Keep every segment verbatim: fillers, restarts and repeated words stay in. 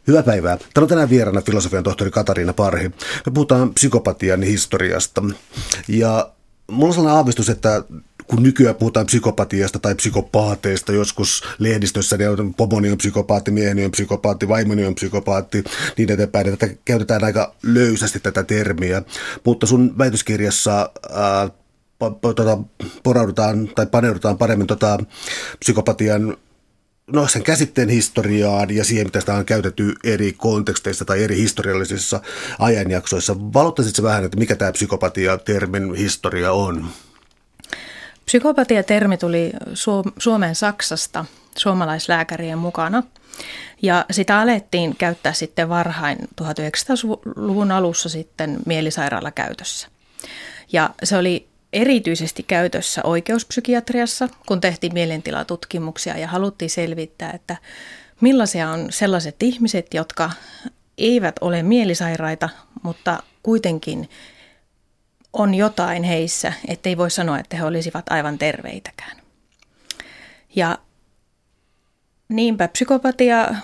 Hyvää päivää. Täällä on tänään vieraana filosofian tohtori Katariina Parhi. Me puhutaan psykopatian historiasta. Ja mulla on sellainen aavistus, että kun nykyään puhutaan psykopatiasta tai psykopaateista, joskus lehdistössä niin on pomoni on psykopaatti, mieheni on psykopaatti, vaimoni on psykopaatti, niin eteenpäin, että käytetään aika löysästi tätä termiä. Mutta sun väitöskirjassa ää, Tota, poraudutaan tai paneudutaan paremmin tota, psykopatian no, sen käsitteen historiaan ja siihen, mitä sitä on käytetty eri konteksteissa tai eri historiallisissa ajanjaksoissa. Valottaisitko vähän, että mikä tämä psykopatia-termin historia on? Psykopatia-termi tuli Suomeen Saksasta suomalaislääkärien mukana ja sitä alettiin käyttää sitten varhain tuhatyhdeksänsataaluvun alussa sitten mielisairaalakäytössä. Ja se oli erityisesti käytössä oikeuspsykiatriassa, kun tehtiin mielentilatutkimuksia ja haluttiin selvittää, että millaisia on sellaiset ihmiset, jotka eivät ole mielisairaita, mutta kuitenkin on jotain heissä, ettei voi sanoa, että he olisivat aivan terveitäkään. Ja niinpä psykopatia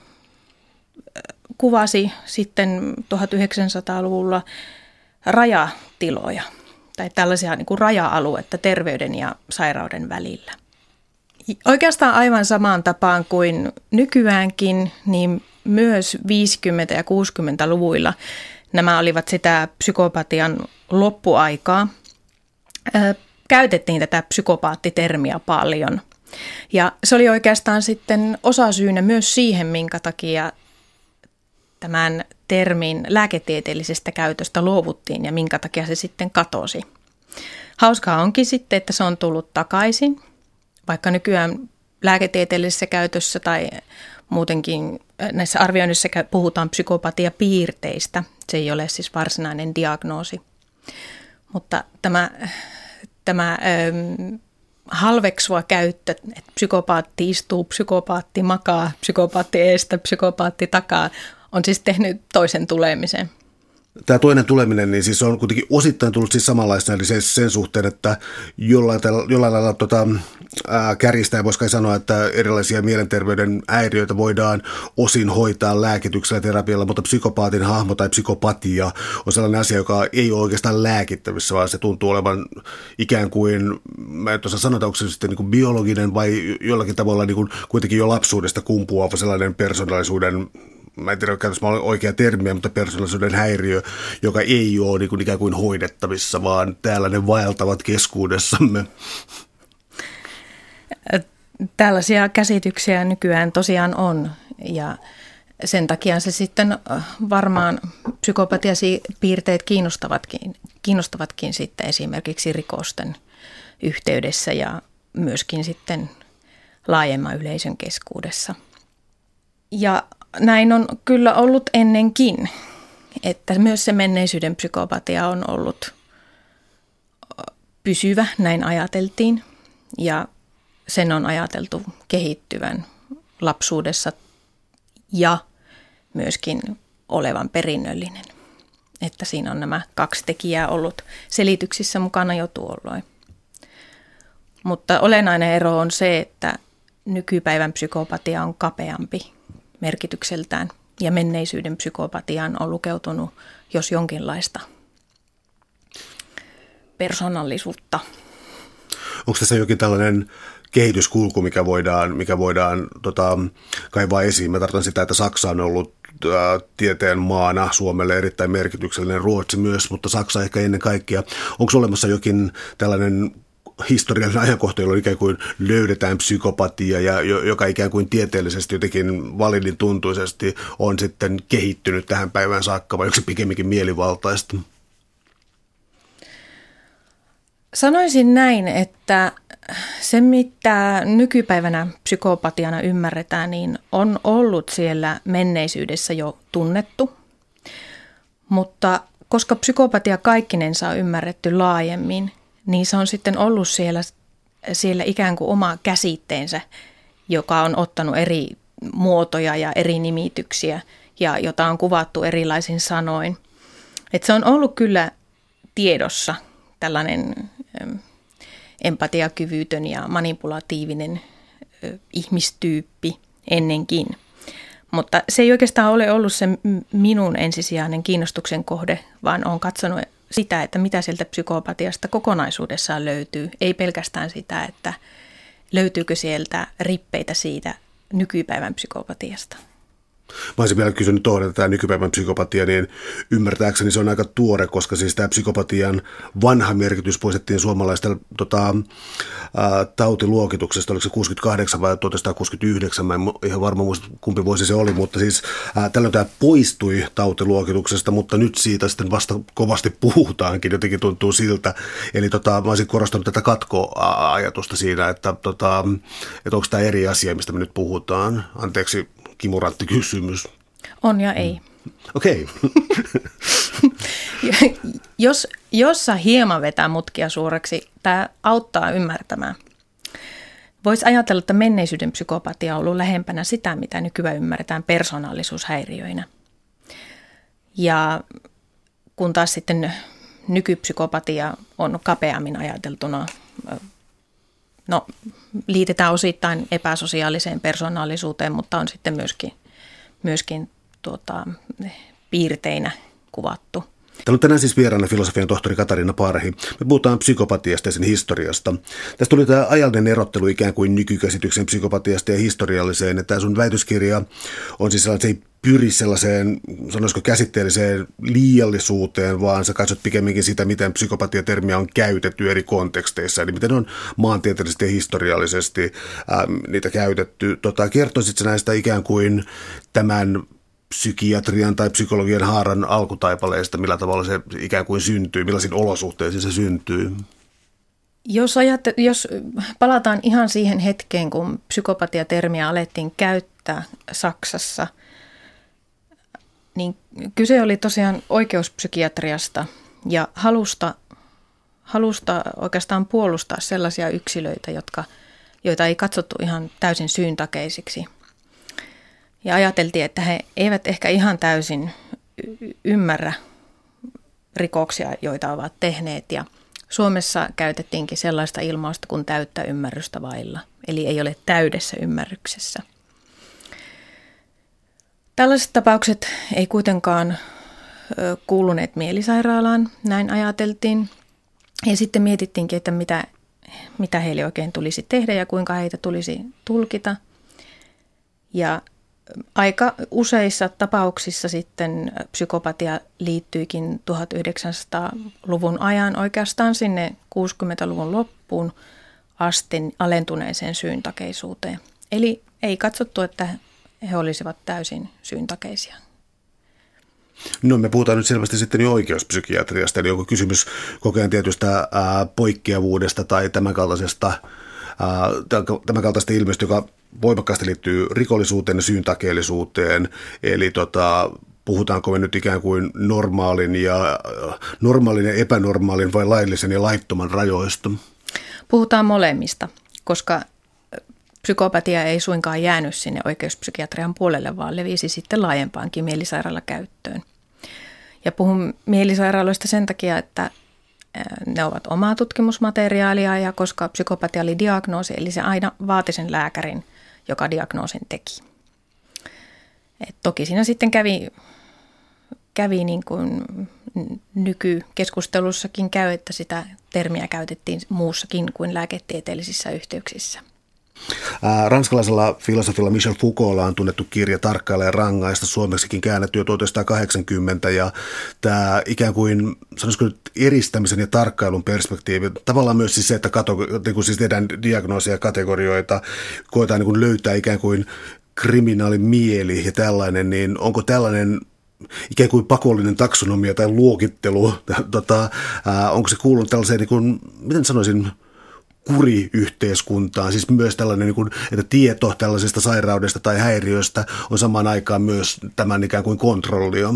kuvasi sitten tuhatyhdeksänsataaluvulla rajatiloja tai tällaisia niin kuin raja-aluetta terveyden ja sairauden välillä. Oikeastaan aivan samaan tapaan kuin nykyäänkin, niin myös viisikymmentä- ja kuusikymmentäluvuilla nämä olivat sitä psykopatian loppuaikaa. Käytettiin tätä psykopaattitermiä paljon. Ja se oli oikeastaan sitten osasyynä myös siihen, minkä takia tämän termin lääketieteellisestä käytöstä luovuttiin ja minkä takia se sitten katosi. Hauskaa onkin sitten, että se on tullut takaisin, vaikka nykyään lääketieteellisessä käytössä tai muutenkin näissä arvioinnissa puhutaan psykopatiapiirteistä. Se ei ole siis varsinainen diagnoosi, mutta tämä, tämä ähm, halveksua käyttö, että psykopaatti istuu, psykopaatti makaa, psykopaatti eestä, psykopaatti takaa, on siis tehnyt toisen tulemisen. Tämä toinen tuleminen niin siis on kuitenkin osittain tullut siis samanlaista, eli sen, sen suhteen, että jollain, jollain lailla tota, ää, kärjistää voisi kai sanoa, että erilaisia mielenterveyden häiriöitä voidaan osin hoitaa lääkityksellä, terapialla, mutta psykopaatin hahmo tai psykopatia on sellainen asia, joka ei ole oikeastaan lääkittävissä, vaan se tuntuu olevan ikään kuin, mä en tuossa sanota, onko se sitten niin kuin biologinen vai jollakin tavalla niin kuin kuitenkin jo lapsuudesta kumpuava sellainen persoonallisuuden, mä en tiedä, käytäisi oikea termiä, mutta persoonallisuuden häiriö, joka ei ole niin kuin ikään kuin hoidettavissa, vaan täällä ne vaeltavat keskuudessamme. Tällaisia käsityksiä nykyään tosiaan on, ja sen takia se sitten varmaan psykopatiapiirteet kiinnostavatkin, kiinnostavatkin sitten esimerkiksi rikosten yhteydessä ja myöskin sitten laajemman yleisön keskuudessa. Ja näin on kyllä ollut ennenkin, että myös se menneisyyden psykopatia on ollut pysyvä, näin ajateltiin, ja sen on ajateltu kehittyvän lapsuudessa ja myöskin olevan perinnöllinen. Että siinä on nämä kaksi tekijää ollut selityksissä mukana jo tuolloin. Mutta olennainen ero on se, että nykypäivän psykopatia on kapeampi merkitykseltään ja menneisyyden psykopatiaan on lukeutunut jos jonkinlaista persoonallisuutta. Onko tässä jokin tällainen kehityskulku, mikä voidaan, mikä voidaan tota, kaivaa esiin? Mä tarkoitan sitä, että Saksa on ollut ää, tieteen maana, Suomelle erittäin merkityksellinen, Ruotsi myös, mutta Saksa ehkä ennen kaikkea. Onko olemassa jokin tällainen historiallinen ajankohta, jolloin ikään kuin löydetään psykopatia ja joka ikään kuin tieteellisesti jotenkin validin tuntuisesti on sitten kehittynyt tähän päivään saakka, vai onko se pikemminkin mielivaltaista? Sanoisin näin, että se mitä nykypäivänä psykopatiana ymmärretään, niin on ollut siellä menneisyydessä jo tunnettu, mutta koska psykopatia kaikkinensa on ymmärretty laajemmin, niin se on sitten ollut siellä, siellä ikään kuin oma käsitteensä, joka on ottanut eri muotoja ja eri nimityksiä ja jota on kuvattu erilaisin sanoin. Et se on ollut kyllä tiedossa tällainen empatiakyvytön ja manipulatiivinen ihmistyyppi ennenkin. Mutta se ei oikeastaan ole ollut se minun ensisijainen kiinnostuksen kohde, vaan olen katsonut sitä, että mitä sieltä psykopatiasta kokonaisuudessaan löytyy. Ei pelkästään sitä, että löytyykö sieltä rippeitä siitä nykypäivän psykopatiasta. Mä olisin vielä kysynyt tuohon, että tämä nykypäivän psykopatia, niin ymmärtääkseni se on aika tuore, koska siis tämä psykopatian vanha merkitys poistettiin suomalaista tota, ää, tautiluokituksesta, oliko se kuusikymmentäkahdeksan vai tuhatyhdeksänsataakuusikymmentäyhdeksän, mä en ihan varma muista kumpi vuosi se oli, mutta siis ää, tällöin tämä poistui tautiluokituksesta, mutta nyt siitä sitten vasta kovasti puhutaankin, jotenkin tuntuu siltä. Eli tota, mä olisin korostanut tätä katkoajatusta siinä, että, tota, että onko tämä eri asia, mistä me nyt puhutaan. Anteeksi. Kimurantti kysymys. On ja ei. Okei. Okay. jos, jos saa hieman vetää mutkia suureksi, tämä auttaa ymmärtämään. Voisi ajatella, että menneisyyden psykopatia on ollut lähempänä sitä, mitä nykyään ymmärretään persoonallisuushäiriöinä. Ja kun taas sitten nykypsykopatia on kapeammin ajateltuna, no liitetään osittain epäsosiaaliseen persoonallisuuteen, mutta on sitten myöskin, myöskin tuota, piirteinä kuvattu. Täällä on tänään siis vieraana filosofian tohtori Katariina Parhi. Me puhutaan psykopatiasta ja sen historiasta. Tästä tuli tämä ajallinen erottelu ikään kuin nykykäsityksen psykopatiasta ja historialliseen. Tämä sun väitöskirja on siis sellainen, että se ei pyri sellaiseen, sanoisiko käsitteelliseen liiallisuuteen, vaan sä katsot pikemminkin sitä, miten psykopatia-termiä on käytetty eri konteksteissa, eli miten on maantieteellisesti ja historiallisesti ää, niitä käytetty. Tota, kertoisit sä näistä ikään kuin tämän psykiatrian tai psykologian haaran alkutaipaleista, millä tavalla se ikään kuin syntyy, millaisiin olosuhteisiin se syntyy? Jos, ajatte, jos palataan ihan siihen hetkeen, kun psykopatia-termiä alettiin käyttää Saksassa, niin kyse oli tosiaan oikeuspsykiatriasta ja halusta, halusta oikeastaan puolustaa sellaisia yksilöitä, jotka, joita ei katsottu ihan täysin syyntakeisiksi. Ja ajateltiin, että he eivät ehkä ihan täysin ymmärrä rikoksia, joita ovat tehneet. Ja Suomessa käytettiinkin sellaista ilmausta kuin täyttä ymmärrystä vailla, eli ei ole täydessä ymmärryksessä. Tällaiset tapaukset ei kuitenkaan kuuluneet mielisairaalaan, näin ajateltiin. Ja sitten mietittiinkin, että mitä, mitä heille oikein tulisi tehdä ja kuinka heitä tulisi tulkita. Ja aika useissa tapauksissa sitten psykopatia liittyykin tuhatyhdeksänsataaluvun ajan oikeastaan sinne kuusikymmentäluvun loppuun asti alentuneeseen syyntakeisuuteen. Eli ei katsottu, että he olisivat täysin syyntakeisia. No me puhutaan nyt selvästi sitten jo oikeuspsykiatriasta, eli onko kysymys koko ajan tietystä ää, poikkeavuudesta tai tämänkaltaisesta, ää, tämänkaltaisesta ilmiöstä, joka voimakkaasti liittyy rikollisuuteen ja syyntakeellisuuteen, eli tota, puhutaanko me nyt ikään kuin normaalin ja, normaalin ja epänormaalin vai laillisen ja laittoman rajoista? Puhutaan molemmista, koska psykopatia ei suinkaan jäänyt sinne oikeuspsykiatrian puolelle, vaan levisi sitten laajempaankin mielisairaalakäyttöön. Ja puhun mielisairaaloista sen takia, että ne ovat omaa tutkimusmateriaalia ja koska psykopatia oli diagnoosi, eli se aina vaati sen lääkärin, joka diagnoosin teki. Et toki siinä sitten kävi, kävi niin kuin nykykeskustelussakin käy, että sitä termiä käytettiin muussakin kuin lääketieteellisissä yhteyksissä. Ranskalaisella filosofilla Michel Foucault'lla on tunnettu kirja Tarkkailla ja rangaista, suomeksikin käännetty jo tuhatyhdeksänsataakahdeksankymmentä, ja tämä ikään kuin, sanoisiko nyt, eristämisen ja tarkkailun perspektiivi, tavallaan myös siis se, että kato, niin kuin siis tehdään diagnoosia ja kategorioita, koetaan niin kuin löytää ikään kuin kriminaalin mieli ja tällainen, niin onko tällainen ikään kuin pakollinen taksonomia tai luokittelu, tota, ää, onko se kuulunut tällaiseen, niin kuin, miten sanoisin, kuriyhteiskuntaan, siis myös tällainen, niin kuin, että tieto tällaisesta sairaudesta tai häiriöstä on samaan aikaan myös tämän ikään kuin kontrollia.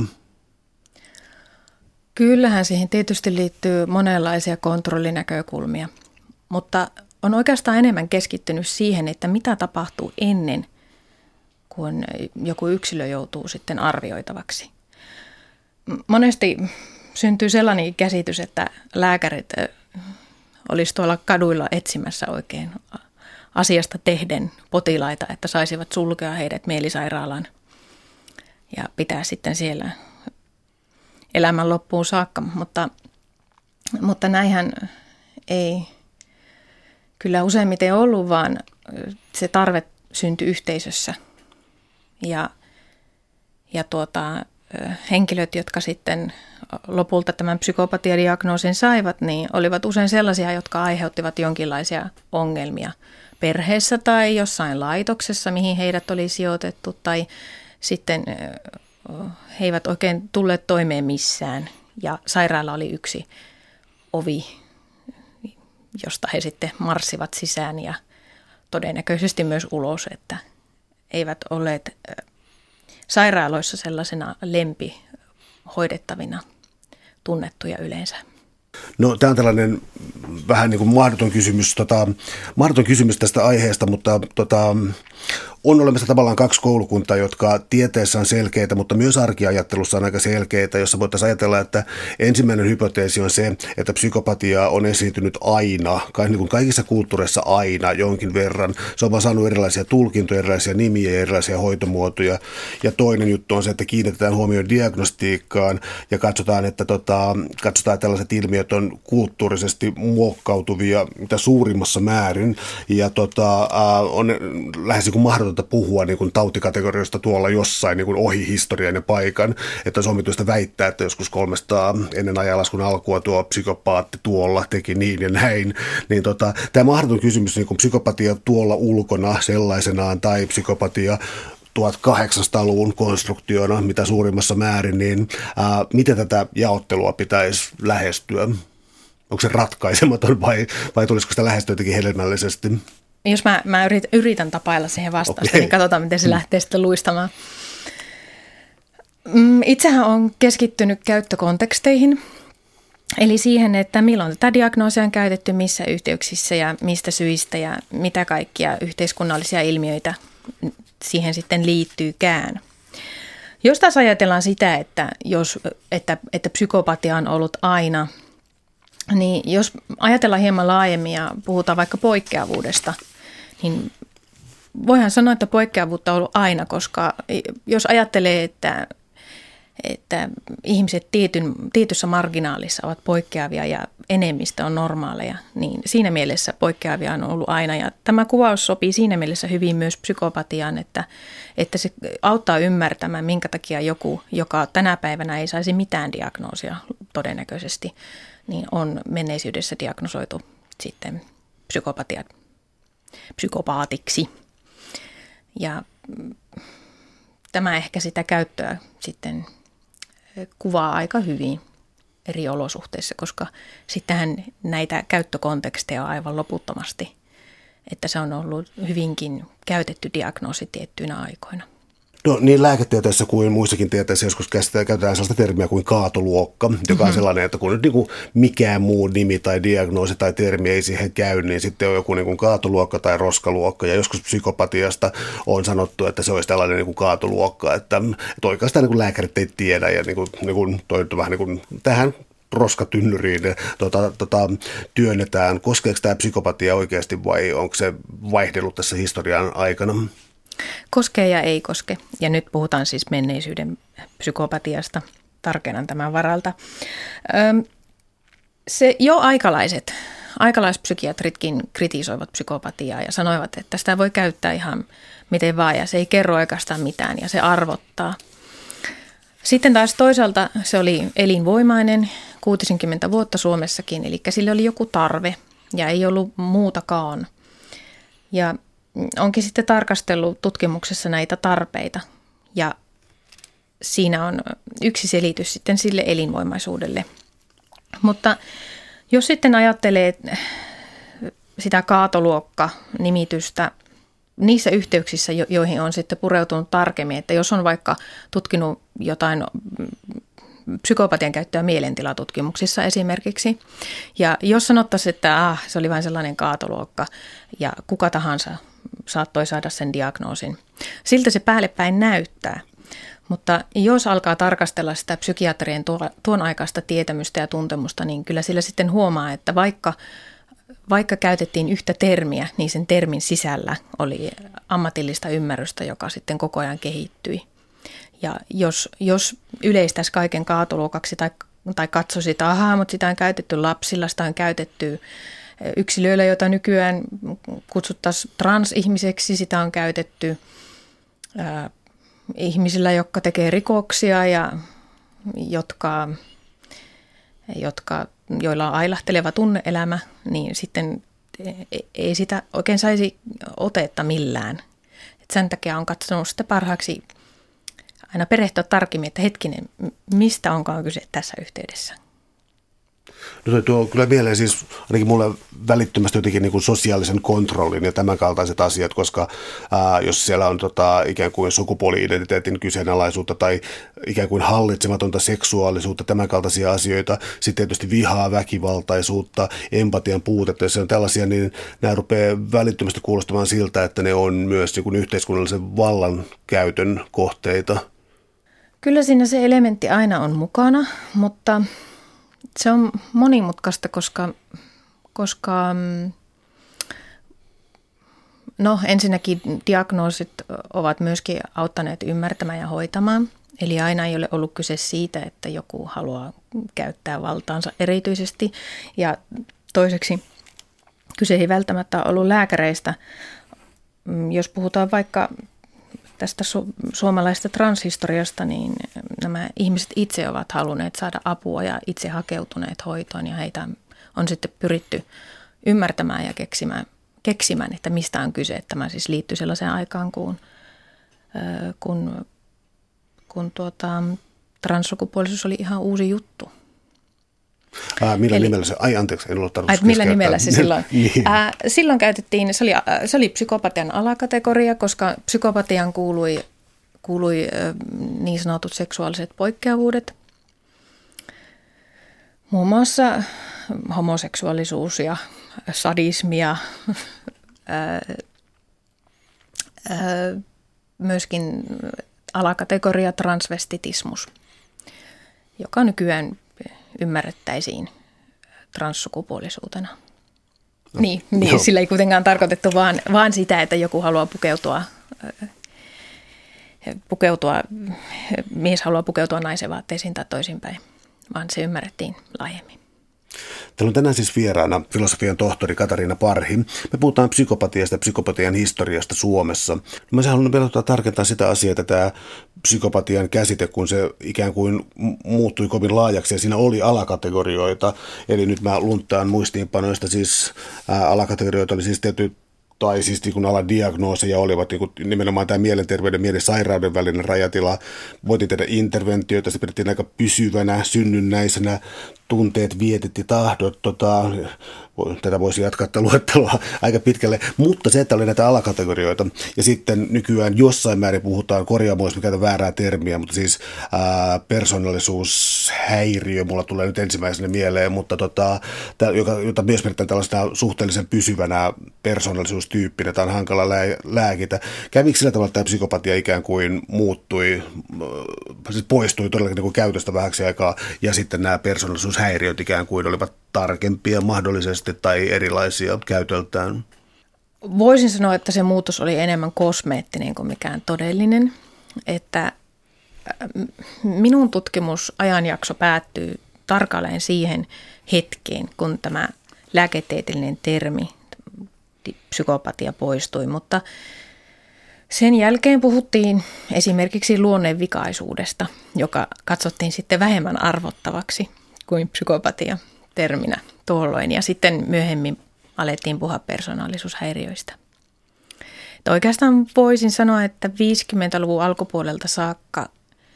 Kyllähän siihen tietysti liittyy monenlaisia kontrollinäkökulmia, mutta on oikeastaan enemmän keskittynyt siihen, että mitä tapahtuu ennen kuin joku yksilö joutuu sitten arvioitavaksi. Monesti syntyy sellainen käsitys, että lääkärit olisi tuolla kaduilla etsimässä oikein asiasta tehden potilaita, että saisivat sulkea heidät mielisairaalaan. ja pitää sitten siellä elämän loppuun saakka. Mutta, mutta näinhän ei kyllä useimmiten ollut, vaan se tarve syntyi yhteisössä. Ja, ja tuota, henkilöt, jotka sitten lopulta tämän psykopatiadiagnoosin saivat, niin olivat usein sellaisia, jotka aiheuttivat jonkinlaisia ongelmia perheessä tai jossain laitoksessa, mihin heidät oli sijoitettu, tai sitten he eivät oikein tulleet toimeen missään. Ja sairaala oli yksi ovi, josta he sitten marssivat sisään ja todennäköisesti myös ulos, että eivät olleet sairaaloissa sellaisena lempihoidettavina tunnettuja yleensä. No tämä on tällainen vähän niin kuin mahdoton kysymys, tota, mahdoton kysymys tästä aiheesta, mutta tota, on olemassa tavallaan kaksi koulukuntaa, jotka tieteessä on selkeitä, mutta myös arkiajattelussa on aika selkeitä, jossa voitaisiin ajatella, että ensimmäinen hypoteesi on se, että psykopatia on esiintynyt aina, niin kuin kaikissa kulttuureissa aina jonkin verran. Se on vaan saanut erilaisia tulkintoja, erilaisia nimiä ja erilaisia hoitomuotoja. Ja toinen juttu on se, että kiinnitetään huomioon diagnostiikkaan ja katsotaan, että tota, katsotaan, että tällaiset ilmiöt on kulttuurisesti muokkautuvia mitä suurimmassa määrin. Ja tota, on lähes niin kuin mahdotonta puhua niin kuin tautikategorioista tuolla jossain niin kuin ohi historian ja paikan, että olisi omituista väittää, että joskus kolmesta ennen ajanlaskun alkua tuo psykopaatti tuolla teki niin ja näin, niin tota, tämä mahdoton kysymys, niin kuin psykopatia tuolla ulkona sellaisenaan tai psykopatia tuhatkahdeksansataaluvun konstruktiona, mitä suurimmassa määrin, niin ää, miten tätä jaottelua pitäisi lähestyä? Onko se ratkaisematon vai, vai tulisiko sitä lähestyä jotenkin hedelmällisesti? Jos mä, mä yritän, yritän tapailla siihen vastausta, okay. Niin katsotaan, miten se lähtee sitten luistamaan. Itsehän on keskittynyt käyttökonteksteihin, eli siihen, että milloin tätä diagnoosia on käytetty, missä yhteyksissä ja mistä syistä ja mitä kaikkia yhteiskunnallisia ilmiöitä siihen sitten liittyykään. Jos taas ajatellaan sitä, että, jos, että, että psykopatia on ollut aina, niin jos ajatellaan hieman laajemmin ja puhutaan vaikka poikkeavuudesta, niin voihan sanoa, että poikkeavuutta on ollut aina, koska jos ajattelee, että, että ihmiset tietyn, tietyssä marginaalissa ovat poikkeavia ja enemmistö on normaaleja, niin siinä mielessä poikkeavia on ollut aina. Ja tämä kuvaus sopii siinä mielessä hyvin myös psykopatiaan, että, että se auttaa ymmärtämään, minkä takia joku, joka tänä päivänä ei saisi mitään diagnoosia todennäköisesti, niin on menneisyydessä diagnosoitu sitten psykopatia, psykopaatiksi. Ja tämä ehkä sitä käyttöä sitten kuvaa aika hyvin eri olosuhteissa, koska sittenhän näitä käyttökonteksteja on aivan loputtomasti, että se on ollut hyvinkin käytetty diagnoosi tiettyinä aikoina. No niin lääketieteessä kuin muissakin tieteissä joskus käsitetään, käytetään sellaista termiä kuin kaatoluokka, joka on sellainen, että kun nyt niin kuin mikään muu nimi tai diagnoosi tai termi ei siihen käy, niin sitten on joku niin kuin kaatoluokka tai roskaluokka. Ja joskus psykopatiasta on sanottu, että se olisi tällainen niin kuin kaatoluokka, että, että oikeastaan niin kuin lääkärit ei tiedä ja niin kuin, niin kuin toi vähän niin kuin tähän roskatynnyriin tota, tota, työnnetään. Koskeeko tämä psykopatia oikeasti vai onko se vaihdellut tässä historian aikana? Koskee ja ei koske. Ja nyt puhutaan siis menneisyyden psykopatiasta. Tarkennan tämän varalta. Se jo aikalaiset, aikalaispsykiatritkin kritisoivat psykopatiaa ja sanoivat, että sitä voi käyttää ihan miten vaan ja se ei kerro oikeastaan mitään ja se arvottaa. Sitten taas toisaalta se oli elinvoimainen kuusikymmentä vuotta Suomessakin, eli sille oli joku tarve ja ei ollut muutakaan. Ja onkin sitten tarkastellut tutkimuksessa näitä tarpeita ja siinä on yksi selitys sitten sille elinvoimaisuudelle. Mutta jos sitten ajattelee sitä kaatoluokka-nimitystä niissä yhteyksissä, joihin on sitten pureutunut tarkemmin, että jos on vaikka tutkinut jotain psykopatian käyttöä mielentilatutkimuksissa esimerkiksi, ja jos sanottaisiin, että ah, se oli vain sellainen kaatoluokka ja kuka tahansa saattoi saada sen diagnoosin, siltä se päälle päin näyttää. Mutta jos alkaa tarkastella sitä psykiatrien tuon aikaista tietämystä ja tuntemusta, niin kyllä sillä sitten huomaa, että vaikka, vaikka käytettiin yhtä termiä, niin sen termin sisällä oli ammatillista ymmärrystä, joka sitten koko ajan kehittyi. Ja jos, jos yleistäisi kaiken kaatoluokaksi tai, tai katsoisi, että ahaa, mutta sitä on käytetty lapsilla, sitä on käytetty yksilöillä, joita nykyään kutsuttaisiin transihmiseksi, sitä on käytetty ää, ihmisillä, jotka tekee rikoksia ja jotka, jotka, joilla on ailahteleva tunne-elämä, niin sitten ei sitä oikein saisi otetta millään. Et sen takia on katsonut sitä parhaaksi aina perehtyä tarkemmin, että hetkinen, mistä onkaan kyse tässä yhteydessä. No toi tuo kyllä mieleen siis ainakin mulle välittömästi jotenkin niin kuin sosiaalisen kontrollin ja tämän kaltaiset asiat, koska ää, jos siellä on tota, ikään kuin sukupuoli-identiteetin kyseenalaisuutta tai ikään kuin hallitsematonta seksuaalisuutta, tämän kaltaisia asioita, sitten tietysti vihaa, väkivaltaisuutta, empatian puutetta, jos se on tällaisia, niin nämä rupeaa välittömästi kuulostamaan siltä, että ne on myös niin kuin yhteiskunnallisen vallankäytön kohteita. Kyllä siinä se elementti aina on mukana, mutta se on monimutkaista, koska, koska no, ensinnäkin diagnoosit ovat myöskin auttaneet ymmärtämään ja hoitamaan. Eli aina ei ole ollut kyse siitä, että joku haluaa käyttää valtaansa erityisesti. Ja toiseksi kyse ei välttämättä ole ollut lääkäreistä. Jos puhutaan vaikka tästä su- suomalaisesta transhistoriasta, niin nämä ihmiset itse ovat halunneet saada apua ja itse hakeutuneet hoitoon ja heitä on sitten pyritty ymmärtämään ja keksimään, keksimään että mistä on kyse. Tämä siis liittyy sellaiseen aikaan, kun, kun, kun tuota, transsukupuolisuus oli ihan uusi juttu. Ää, millä Eli, nimellä se? Ai anteeksi, en ollut tarvitse. Millä nimellä se silloin? niin. Ää, silloin käytettiin, se oli, se oli psykopatian alakategoria, koska psykopatian kuului, kuului niin sanotut seksuaaliset poikkeavuudet. Muun muassa homoseksuaalisuus ja sadismi ja ää, ää, myöskin alakategoria transvestitismus, joka nykyään ymmärrettäisiin transsukupuolisuutena. No, niin, niin sillä ei kuitenkaan tarkoitettu vaan, vaan sitä, että joku haluaa pukeutua, pukeutua, mies haluaa pukeutua naisen vaatteisiin tai toisinpäin, vaan se ymmärrettiin laajemmin. Täällä on tänään siis vieraana filosofian tohtori Katariina Parhi. Me puhutaan psykopatiasta ja psykopatian historiasta Suomessa. No mä haluan vielä tarkentaa sitä asiaa, että tämä psykopatian käsite, kun se ikään kuin muuttui kovin laajaksi ja siinä oli alakategorioita. Eli nyt mä lunttaan muistiinpanoista, siis ää, alakategorioita oli siis tietty tai siis niin aladiagnooseja olivat niin kuin nimenomaan tämä mielenterveyden ja mielisairauden välinen rajatila. Voitiin tehdä interventioita, se pidettiin aika pysyvänä, synnynnäisenä, tunteet, vietit ja tahdot. Tota, tätä voisi jatkaa tätä luettelua aika pitkälle, mutta se, että oli näitä alakategorioita ja sitten nykyään jossain määrin puhutaan, korjaamoissa, mikä on väärää termiä, mutta siis ää, persoonallisuushäiriö, mulla tulee nyt ensimmäisenä mieleen, mutta tota, tää, joka, jota myös pidetään tällaista suhteellisen pysyvänä persoonallisuustyyppinä, tämä on hankala lää, lääkitä. Kävikö sillä tavalla, että tämä psykopatia ikään kuin muuttui, siis poistui todellakin niin kuin käytöstä vähäksi aikaa ja sitten nämä persoonallisuushäiriöt ikään kuin olivat tarkempia mahdollisesti tai erilaisia käytöltään? Voisin sanoa, että se muutos oli enemmän kosmeettinen kuin mikään todellinen. Että minun tutkimusajanjakso päättyy tarkalleen siihen hetkeen, kun tämä lääketieteellinen termi psykopatia poistui. Mutta sen jälkeen puhuttiin esimerkiksi luonnevikaisuudesta, joka katsottiin sitten vähemmän arvottavaksi kuin psykopatia terminä tuolloin. Ja sitten myöhemmin alettiin puhua persoonallisuushäiriöistä. Että oikeastaan voisin sanoa, että viisikymmentäluvun alkupuolelta saakka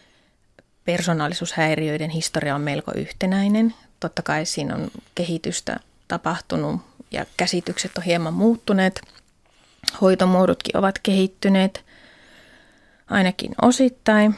persoonallisuushäiriöiden historia on melko yhtenäinen. Totta kai siinä on kehitystä tapahtunut ja käsitykset on hieman muuttuneet. Hoitomuodotkin ovat kehittyneet ainakin osittain,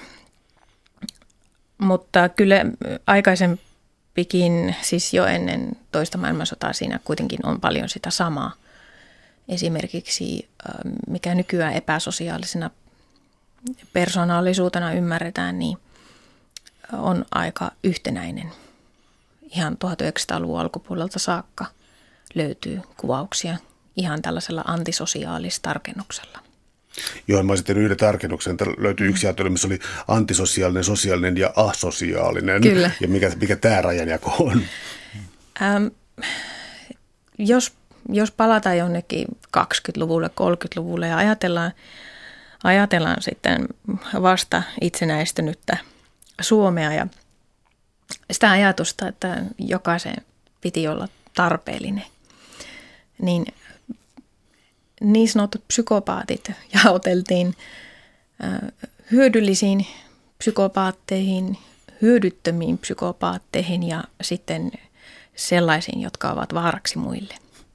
mutta kyllä aikaisempikin, siis jo ennen toista maailmansotaa siinä kuitenkin on paljon sitä samaa. Esimerkiksi mikä nykyään epäsosiaalisena persoonallisuutena ymmärretään, niin on aika yhtenäinen. Ihan tuhatyhdeksänsataaluvun alkupuolelta saakka löytyy kuvauksia ihan tällaisella antisosiaalistarkennuksella. Johon mä olisin yhden tarkennuksen, että löytyy yksi ajattelu, missä oli antisosiaalinen, sosiaalinen ja asosiaalinen. Kyllä. Ja mikä, mikä tämä rajanjako on? Ähm, jos, jos palataan jonnekin kaksikymmentäluvulle, kolmekymmentäluvulle ja ajatellaan, ajatellaan sitten vasta itsenäistynyttä Suomea ja sitä ajatusta, että jokaisen piti olla tarpeellinen, niin niin sanotut psykopaatit jaoteltiin hyödyllisiin psykopaatteihin, hyödyttömiin psykopaatteihin ja sitten sellaisiin, jotka ovat vaaraksi muille.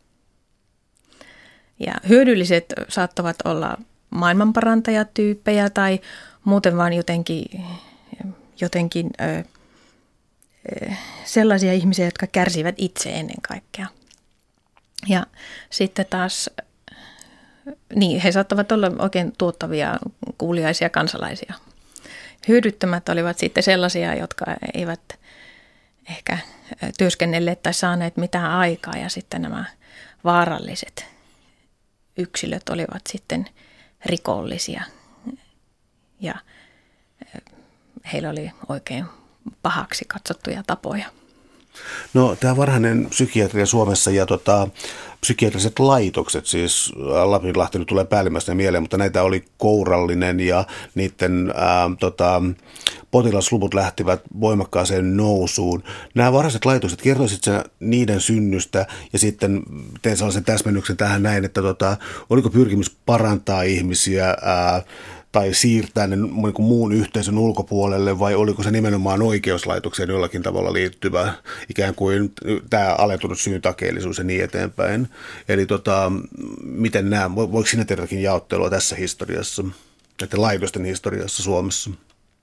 Ja hyödylliset saattavat olla maailmanparantajatyyppejä tai muuten vaan jotenkin, jotenkin ö, ö, sellaisia ihmisiä, jotka kärsivät itse ennen kaikkea. Ja sitten taas, niin he saattavat olla oikein tuottavia, kuuliaisia kansalaisia. Hyödyttömät olivat sitten sellaisia, jotka eivät ehkä työskennelleet tai saaneet mitään aikaa ja sitten nämä vaaralliset yksilöt olivat sitten rikollisia ja heillä oli oikein pahaksi katsottuja tapoja. No tämä varhainen psykiatria Suomessa ja tota, psykiatriset laitokset, siis Lapinlahti nyt tulee päällimmäisenä mieleen, mutta näitä oli kourallinen ja niiden ää, tota, potilasluvut lähtivät voimakkaaseen nousuun. Nämä varhaiset laitokset, kertoisit sä niiden synnystä ja sitten teen sellaisen täsmennyksen tähän näin, että tota, oliko pyrkimys parantaa ihmisiä ää, tai siirtää ne muun yhteisön ulkopuolelle, vai oliko se nimenomaan oikeuslaitokseen jollakin tavalla liittyvä, ikään kuin tämä alentunut syytakeellisuus ja niin eteenpäin. Eli tota, miten nämä, voiko sinä tehdäkin jaottelua tässä historiassa, näiden laitosten historiassa Suomessa?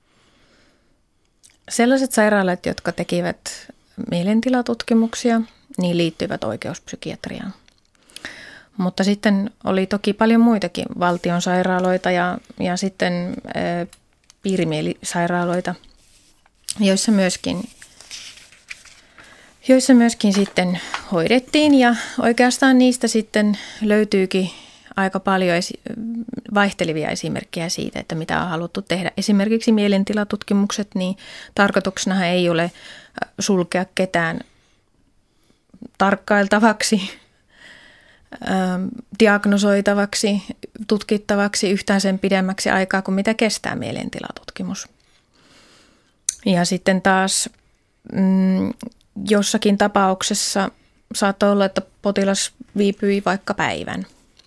Sellaiset sairaalat, jotka tekivät mielentilatutkimuksia, niin liittyvät oikeuspsykiatriaan. Mutta sitten oli toki paljon muitakin valtion sairaaloita ja, ja sitten ä, piirimielisairaaloita, joissa myöskin, joissa myöskin sitten hoidettiin ja oikeastaan niistä sitten löytyykin aika paljon esi- vaihtelevia esimerkkejä siitä, että mitä on haluttu tehdä. Esimerkiksi mielentilatutkimukset, niin tarkoituksena ei ole sulkea ketään tarkkailtavaksi, diagnosoitavaksi, tutkittavaksi yhtään sen pidemmäksi aikaa kuin mitä kestää mielentilatutkimus. Ja sitten taas mm, jossakin tapauksessa saattoi olla, että potilas viipyi vaikka päivän.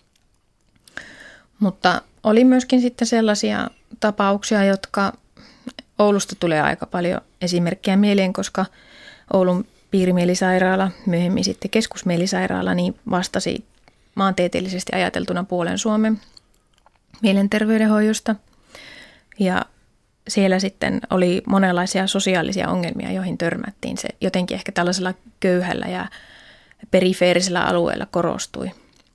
Mutta oli myöskin sitten sellaisia tapauksia, jotka Oulusta tulee aika paljon esimerkkejä mieleen, koska Oulun piirimielisairaala, myöhemmin sitten keskusmielisairaala, niin vastasi maantieteellisesti ajateltuna puolen Suomen mielenterveydenhoidosta. Ja siellä sitten oli monenlaisia sosiaalisia ongelmia, joihin törmättiin. Se jotenkin ehkä tällaisella köyhällä ja perifeerisellä alueella korostui.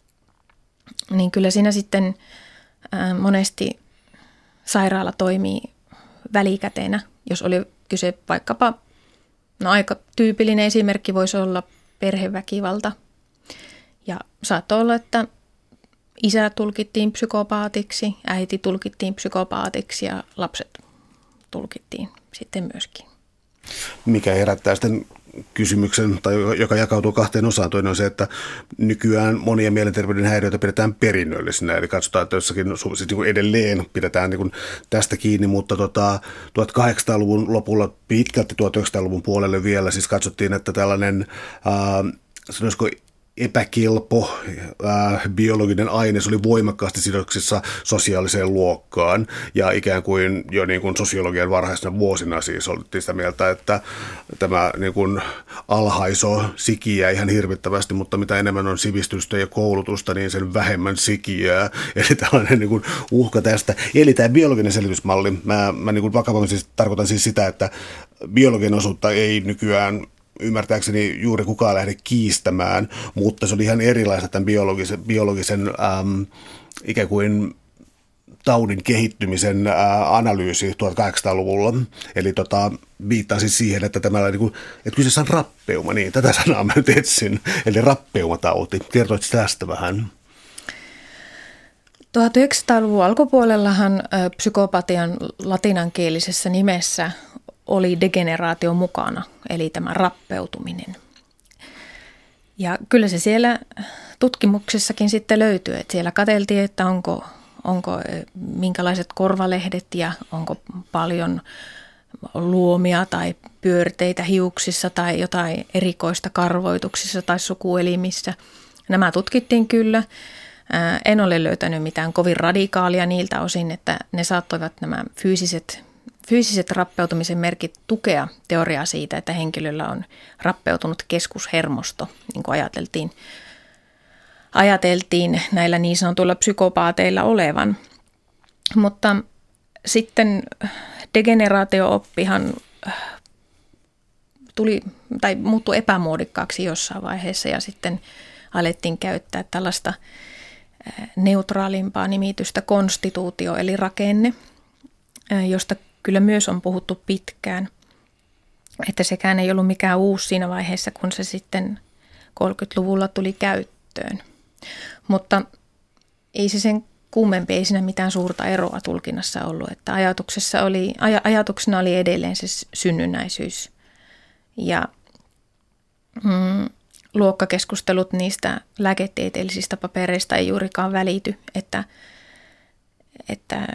Niin kyllä siinä sitten monesti sairaala toimii välikäteenä, jos oli kyse vaikkapa, no aika tyypillinen esimerkki voisi olla perheväkivalta. Ja saattoi olla, että isä tulkittiin psykopaatiksi, äiti tulkittiin psykopaatiksi ja lapset tulkittiin sitten myöskin. Mikä herättää sitten kysymyksen, tai joka jakautuu kahteen osaan. Toinen on se, että nykyään monia mielenterveyden häiriöitä pidetään perinnöllisinä, eli katsotaan, että jossakin siis niin kuin edelleen pidetään niin kuin tästä kiinni, mutta tota, tuhatkahdeksansataaluvun lopulla pitkälti tuhatyhdeksänsataaluvun puolelle vielä siis katsottiin, että tällainen ää, sanoisiko epäkelpo äh, biologinen aines oli voimakkaasti sidoksissa sosiaaliseen luokkaan ja ikään kuin jo niin kuin sosiologian varhaisena vuosina siis oltiin sitä mieltä, että tämä niin kuin alhaiso sikiää ihan hirvittävästi, mutta mitä enemmän on sivistystä ja koulutusta, niin sen vähemmän sikiää. Eli tällainen niin kuin uhka tästä. Eli tämä biologinen selitysmalli, mä, mä niin kuin vakavammin siis tarkoitan siis sitä, että biologinen osuutta ei nykyään ymmärtääkseni juuri kukaan lähde kiistämään, mutta se oli ihan erilaista tämän biologisen, biologisen äm, ikään kuin taudin kehittymisen ää, analyysi tuhatkahdeksansataaluvulla. Eli tota, viittaa siis siihen, että tämä niin kuin, että kyseessä on rappeuma, niin tätä sanaa mä nyt etsin, eli rappeumatauti. Kertoitko tästä vähän? tuhatyhdeksänsataaluvun alkupuolellahan psykopatian latinankielisessä nimessä oli degeneraatio mukana, eli tämä rappeutuminen. Ja kyllä se siellä tutkimuksissakin sitten löytyy, että siellä katseltiin, että onko, onko minkälaiset korvalehdet ja onko paljon luomia tai pyörteitä hiuksissa tai jotain erikoista karvoituksissa tai sukuelimissä. Nämä tutkittiin kyllä. En ole löytänyt mitään kovin radikaalia niiltä osin, että ne saattoivat nämä fyysiset, fyysiset rappeutumisen merkit tukea teoriaa siitä, että henkilöllä on rappeutunut keskushermosto, niin kuin ajateltiin, ajateltiin näillä niin sanotuilla psykopaateilla olevan. Mutta sitten degeneraatio-oppihan tuli tai muuttui epämuodikkaaksi jossain vaiheessa ja sitten alettiin käyttää tällaista neutraalimpaa nimitystä konstituutio eli rakenne, josta kyllä myös on puhuttu pitkään, että sekään ei ollut mikään uusi siinä vaiheessa, kun se sitten kolmekymmentäluvulla tuli käyttöön. Mutta ei se sen kummempi, ei siinä mitään suurta eroa tulkinnassa ollut, että ajatuksessa oli, aj- ajatuksena oli edelleen se synnynnäisyys ja mm, luokkakeskustelut niistä lääketieteellisistä papereista ei juurikaan välity, että, että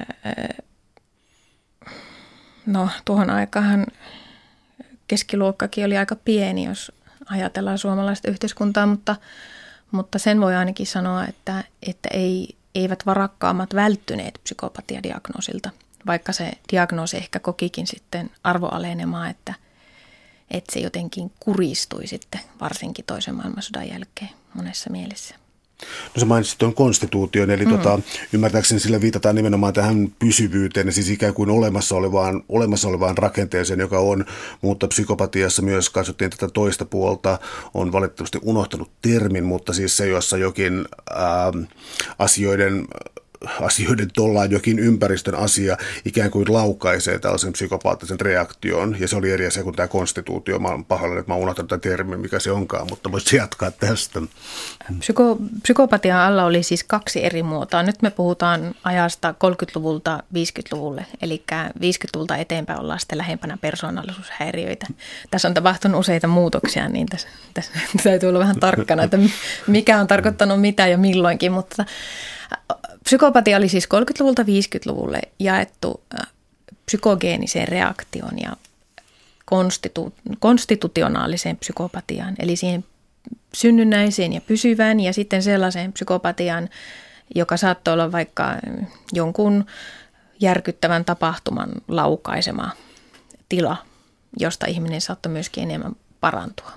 no tuohon aikaan keskiluokkakin oli aika pieni, jos ajatellaan suomalaista yhteiskuntaa, mutta, mutta sen voi ainakin sanoa, että, että ei, eivät varakkaammat välttyneet psykopatiadiagnoosilta, vaikka se diagnoosi ehkä kokikin sitten arvoalenemaa, että että se jotenkin kuristui sitten varsinkin toisen maailmansodan jälkeen monessa mielessä. No sä mainitsit tuon konstituution, eli mm. tota, ymmärtääkseni sillä viitataan nimenomaan tähän pysyvyyteen, siis ikään kuin olemassa olevaan, olemassa olevaan rakenteeseen, joka on, mutta psykopatiassa myös katsottiin tätä toista puolta, on valitettavasti unohtanut termin, mutta siis se, jossa jokin ää, asioiden... asioiden tollaan jokin ympäristön asia ikään kuin laukaisee tällaisen psykopaattisen reaktion. Ja se oli eri asia kuin tämä konstituutio. Mä olen pahoillani, että mä oon unohtanut tämän termin, mikä se onkaan, mutta voisi jatkaa tästä. Psyko, psykopatian alla oli siis kaksi eri muotoa. Nyt me puhutaan ajasta kolmekymmentäluvulta viisikymmentäluvulle, eli viisikymmentäluvulta eteenpäin ollaan sitten lähempänä persoonallisuushäiriöitä. Tässä on tapahtunut useita muutoksia, niin tässä, tässä täytyy olla vähän tarkkana, että mikä on tarkoittanut mitä ja milloinkin, mutta psykopatia oli siis kolmekymmentäluvulta viisikymmentäluvulle jaettu psykogeeniseen reaktioon ja konstitu- konstitutionaaliseen psykopatiaan, eli siihen synnynnäiseen ja pysyvään ja sitten sellaiseen psykopatiaan, joka saattoi olla vaikka jonkun järkyttävän tapahtuman laukaisema tila, josta ihminen saattoi myöskin enemmän parantua.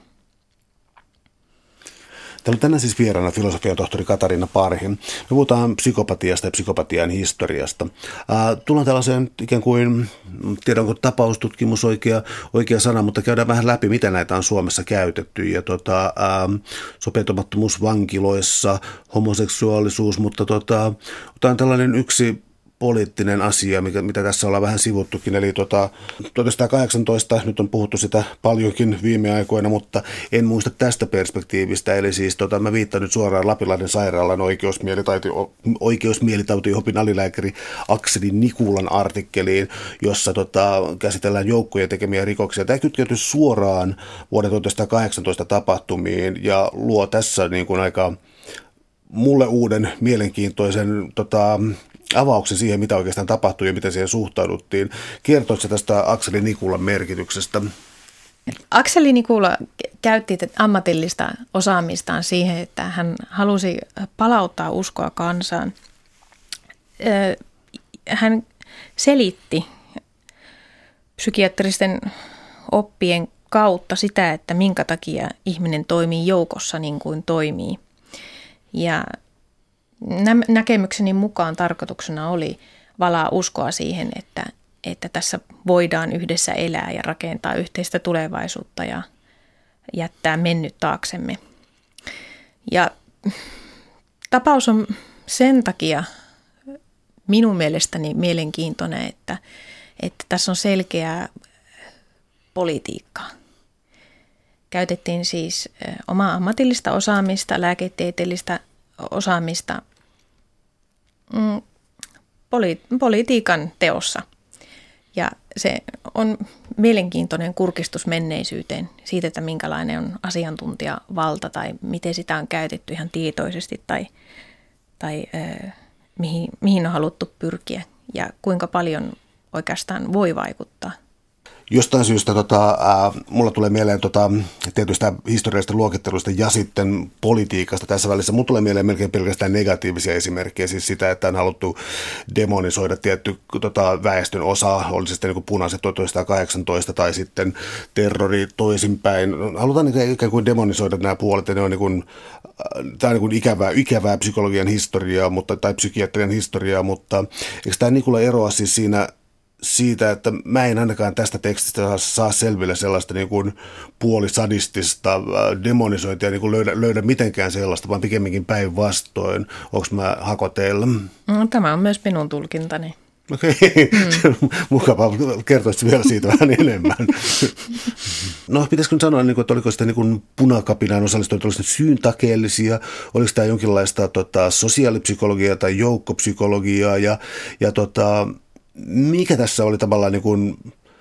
Täällä on tänään siis vieraana filosofian tohtori Katariina Parhi. Me puhutaan psykopatiasta ja psykopatian historiasta. Äh, tullaan tällaiseen ikään kuin, tiedän onko tapaustutkimus oikea, oikea sana, mutta käydään vähän läpi, mitä näitä on Suomessa käytetty. Ja tota, äh, sopeutumattomuus vankiloissa, homoseksuaalisuus, mutta tota, otetaan tällainen yksi poliittinen asia, mikä, mitä tässä ollaan vähän sivuttukin. Eli tota, tuhatyhdeksänsataakahdeksantoista, nyt on puhuttu sitä paljonkin viime aikoina, mutta en muista tästä perspektiivistä. Eli siis tota, mä viittaan nyt suoraan Lapinlahden sairaalan oikeusmielitautiopin alilääkäri Akseli Nikulan artikkeliin, jossa tota, käsitellään joukkojen tekemiä rikoksia. Tämä kytkeytyy suoraan vuoden tuhatyhdeksänsataakahdeksantoista tapahtumiin ja luo tässä niin kuin aika mulle uuden mielenkiintoisen tota, avauksen siihen, mitä oikeastaan tapahtui ja miten siihen suhtauduttiin. Kertoitko tästä Akseli Nikulan merkityksestä? Akseli Nikula käytti ammatillista osaamistaan siihen, että hän halusi palauttaa uskoa kansaan. Hän selitti psykiatristen oppien kautta sitä, että minkä takia ihminen toimii joukossa niin kuin toimii. Ja näkemykseni mukaan tarkoituksena oli valaa uskoa siihen, että, että tässä voidaan yhdessä elää ja rakentaa yhteistä tulevaisuutta ja jättää mennyt taaksemme. Ja tapaus on sen takia minun mielestäni mielenkiintoinen, että, että tässä on selkeää politiikkaa. Käytettiin siis omaa ammatillista osaamista, lääketieteellistä osaamista mm, poli- politiikan teossa. Ja se on mielenkiintoinen kurkistus menneisyyteen siitä, että minkälainen on asiantuntijavalta tai miten sitä on käytetty ihan tietoisesti tai, tai äh, mihin, mihin on haluttu pyrkiä ja kuinka paljon oikeastaan voi vaikuttaa. Jostain syystä tota, äh, mulla tulee mieleen tota, tietystä historiallisesta luokittelusta ja sitten politiikasta tässä välissä. Mulla tulee mieleen melkein pelkästään negatiivisia esimerkkejä, siis sitä, että on haluttu demonisoida tietty tota, väestön osa, oli se sitten niin kuin punaiset tuhatyhdeksänsataakahdeksantoista tai sitten terrori toisinpäin. Halutaan ikään kuin demonisoida nämä puolet, ja ne on niin kuin, tämä on niin kuin ikävää, ikävää psykologian historiaa mutta, tai psykiatrian historiaa, mutta eikö tämä Nikula eroa siis siinä siitä, että mä en ainakaan tästä tekstistä saa, saa selville sellaista niin kuin puolisadistista demonisointia, niin kuin löydä, löydä mitenkään sellaista, vaan pikemminkin päinvastoin. Onko mä hakoteilla? No, tämä on myös minun tulkintani. Okei, okay. mm. Mukava. Kertoisit vielä siitä vähän enemmän. No, pitäisikö nyt sanoa, että oliko sitä niin punakapinaan osallistunut, oliko syyntakeellisia, oliko tämä jonkinlaista tota, sosiaalipsykologiaa tai joukkopsykologiaa ja, ja tota, mikä tässä oli tavallaan niin kuin,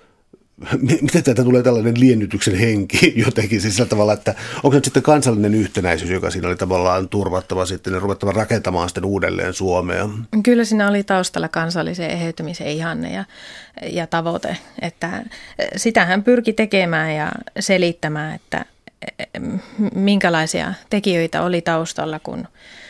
miten täältä tulee tällainen liennytyksen henki jotenkin, siis sillä tavalla, että onko nyt sitten kansallinen yhtenäisyys, joka siinä oli tavallaan turvattava sitten ja ruvettava rakentamaan sitten uudelleen Suomea? Kyllä siinä oli taustalla kansallisen eheytymisen ihanne ja, ja tavoite, että sitä hän pyrki tekemään ja selittämään, että minkälaisia tekijöitä oli taustalla, kun,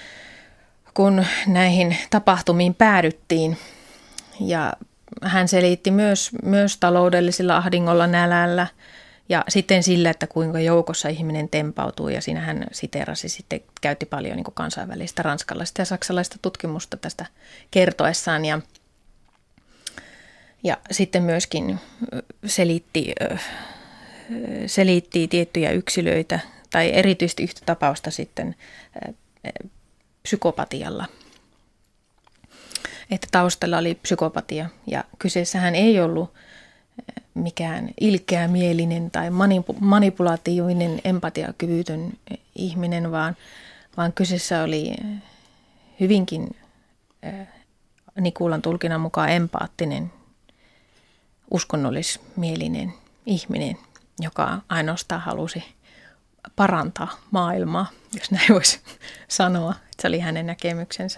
kun näihin tapahtumiin päädyttiin. Ja hän selitti myös, myös taloudellisilla ahdingolla, nälällä ja sitten sillä, että kuinka joukossa ihminen tempautuu. Ja siinä hän siteerasi sitten, käytti paljon niin kuin kansainvälistä ranskalaista ja saksalaista tutkimusta tästä kertoessaan. Ja, ja sitten myöskin selitti, selitti tiettyjä yksilöitä tai erityisesti yhtä tapausta sitten psykopatialla. Että taustalla oli psykopatia ja kyseessähän ei ollut mikään ilkeämielinen tai manipulatiivinen empatiakyvytön ihminen, vaan, vaan kyseessä oli hyvinkin Nikulan tulkinnan mukaan empaattinen, uskonnollismielinen ihminen, joka ainoastaan halusi parantaa maailmaa, jos näin voisi sanoa. Se oli hänen näkemyksensä.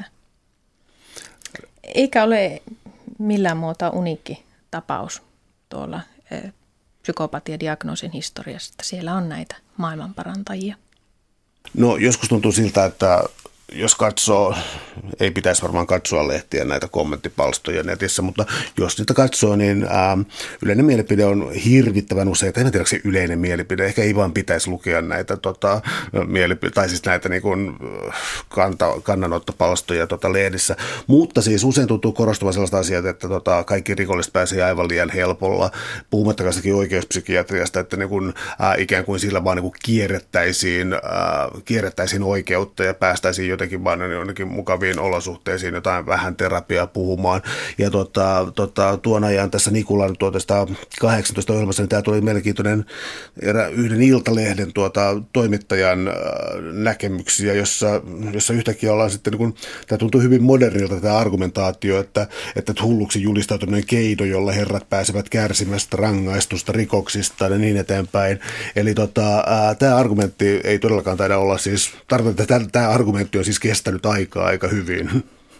Eikä ole millään muotoa uniikki tapaus tuolla psykopatiadiagnoosin historiassa, että siellä on näitä maailmanparantajia. No joskus tuntuu siltä, että jos katsoo, ei pitäisi varmaan katsoa lehtiä näitä kommenttipalstoja netissä, mutta jos niitä katsoo, niin ää, yleinen mielipide on hirvittävän usein, en tiedä se yleinen mielipide, ehkä ei vaan pitäisi lukea näitä tota, mielipide, tai siis näitä niin kuin, kanta, kannanottopalstoja tota, lehdissä, mutta siis usein tuntuu korostuvan sellaista asiaa, että tota, kaikki rikolliset pääsee aivan liian helpolla, puhumattakaan oikeuspsykiatriasta, että niin kuin, ää, ikään kuin sillä vaan niin kuin kierrettäisiin, ää, kierrettäisiin oikeutta ja päästäisiin jotenkin vaan jonnekin mukaviin olosuhteisiin jotain vähän terapiaa puhumaan. Ja tota, tota, tuon ajan tässä Nikulan tuota kahdeksantoista ohjelmassa, niin tämä tuli mielenkiintoinen erä, yhden Iltalehden tuota, toimittajan äh, näkemyksiä, jossa, jossa yhtäkkiä ollaan sitten, niin kun, tämä tuntuu hyvin modernilta tämä argumentaatio, että, että hulluksi julistautuminen keino, jolla herrat pääsevät kärsimästä rangaistusta rikoksista ja niin eteenpäin. Eli tota, äh, tämä argumentti ei todellakaan taida olla siis, tarkoitan, että tämä, tämä argumentti on siis kestänyt aikaa aika hyvin.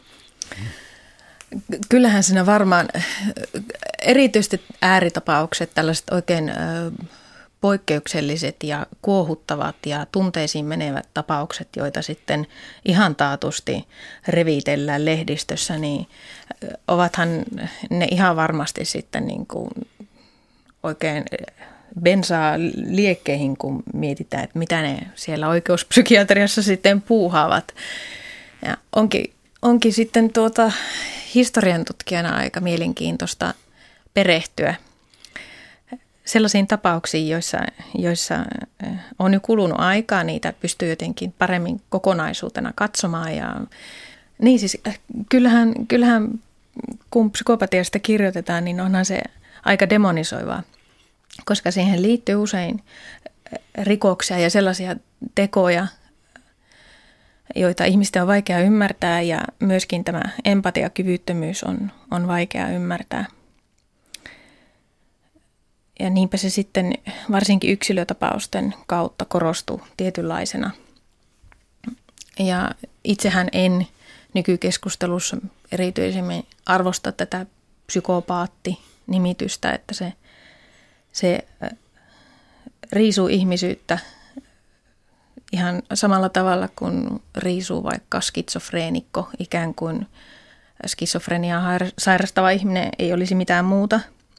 Kyllähän siinä varmaan erityisesti ääritapaukset, tällaiset oikein poikkeukselliset ja kuohuttavat ja tunteisiin menevät tapaukset, joita sitten ihan taatusti revitellään lehdistössä, niin ovathan ne ihan varmasti sitten niin kuin oikein bensaa liekkeihin, kun mietitään, että mitä ne siellä oikeuspsykiatriassa sitten puuhaavat. Ja onkin, onkin sitten tuota historian tutkijana aika mielenkiintoista perehtyä sellaisiin tapauksiin, joissa, joissa on jo kulunut aikaa, niitä pystyy jotenkin paremmin kokonaisuutena katsomaan. Ja, niin siis kyllähän, kyllähän kun psykopatiasta kirjoitetaan, niin onhan se aika demonisoivaa, koska siihen liittyy usein rikoksia ja sellaisia tekoja, joita ihmisten on vaikea ymmärtää, ja myöskin tämä empatiakyvyttömyys on, on vaikea ymmärtää. Ja niinpä se sitten varsinkin yksilötapausten kautta korostuu tietynlaisena. Ja itsehän en nykykeskustelussa erityisemmin arvosta tätä psykopaatti-nimitystä, että se, se riisuu ihmisyyttä ihan samalla tavalla kuin riisuu vaikka skitsofreenikko, ikään kuin skitsofreniaa sairastava ihminen ei olisi mitään muuta.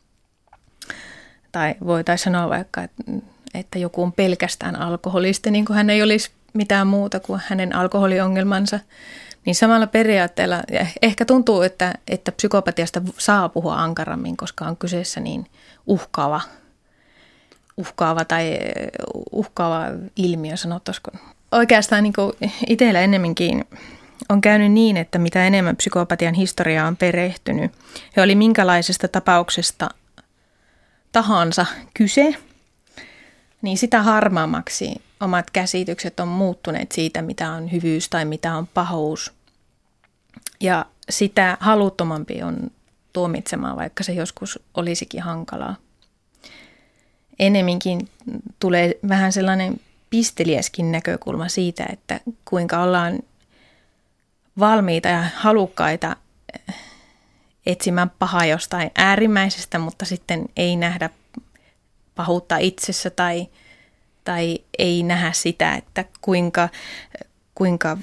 Tai voitaisiin sanoa vaikka, että joku on pelkästään alkoholisti, niin kuin hän ei olisi mitään muuta kuin hänen alkoholiongelmansa. Niin samalla periaatteella ehkä tuntuu, että, että psykopatiasta saa puhua ankarammin, koska on kyseessä niin uhkaava, uhkaava tai uhkaava ilmiö, sanottaisiko. Oikeastaan niin kuin itsellä ennemminkin on käynyt niin, että mitä enemmän psykopatian historiaa on perehtynyt ja oli minkälaisesta tapauksesta tahansa kyse, niin sitä harmaammaksi omat käsitykset on muuttuneet siitä, mitä on hyvyys tai mitä on pahuus. Ja sitä haluttomampi on tuomitsemaan, vaikka se joskus olisikin hankalaa. Enemminkin tulee vähän sellainen pisteliäskin näkökulma siitä, että kuinka ollaan valmiita ja halukkaita etsimään pahaa jostain äärimmäisestä, mutta sitten ei nähdä pahuutta itsessä tai, tai ei nähdä sitä, että kuinka, kuinka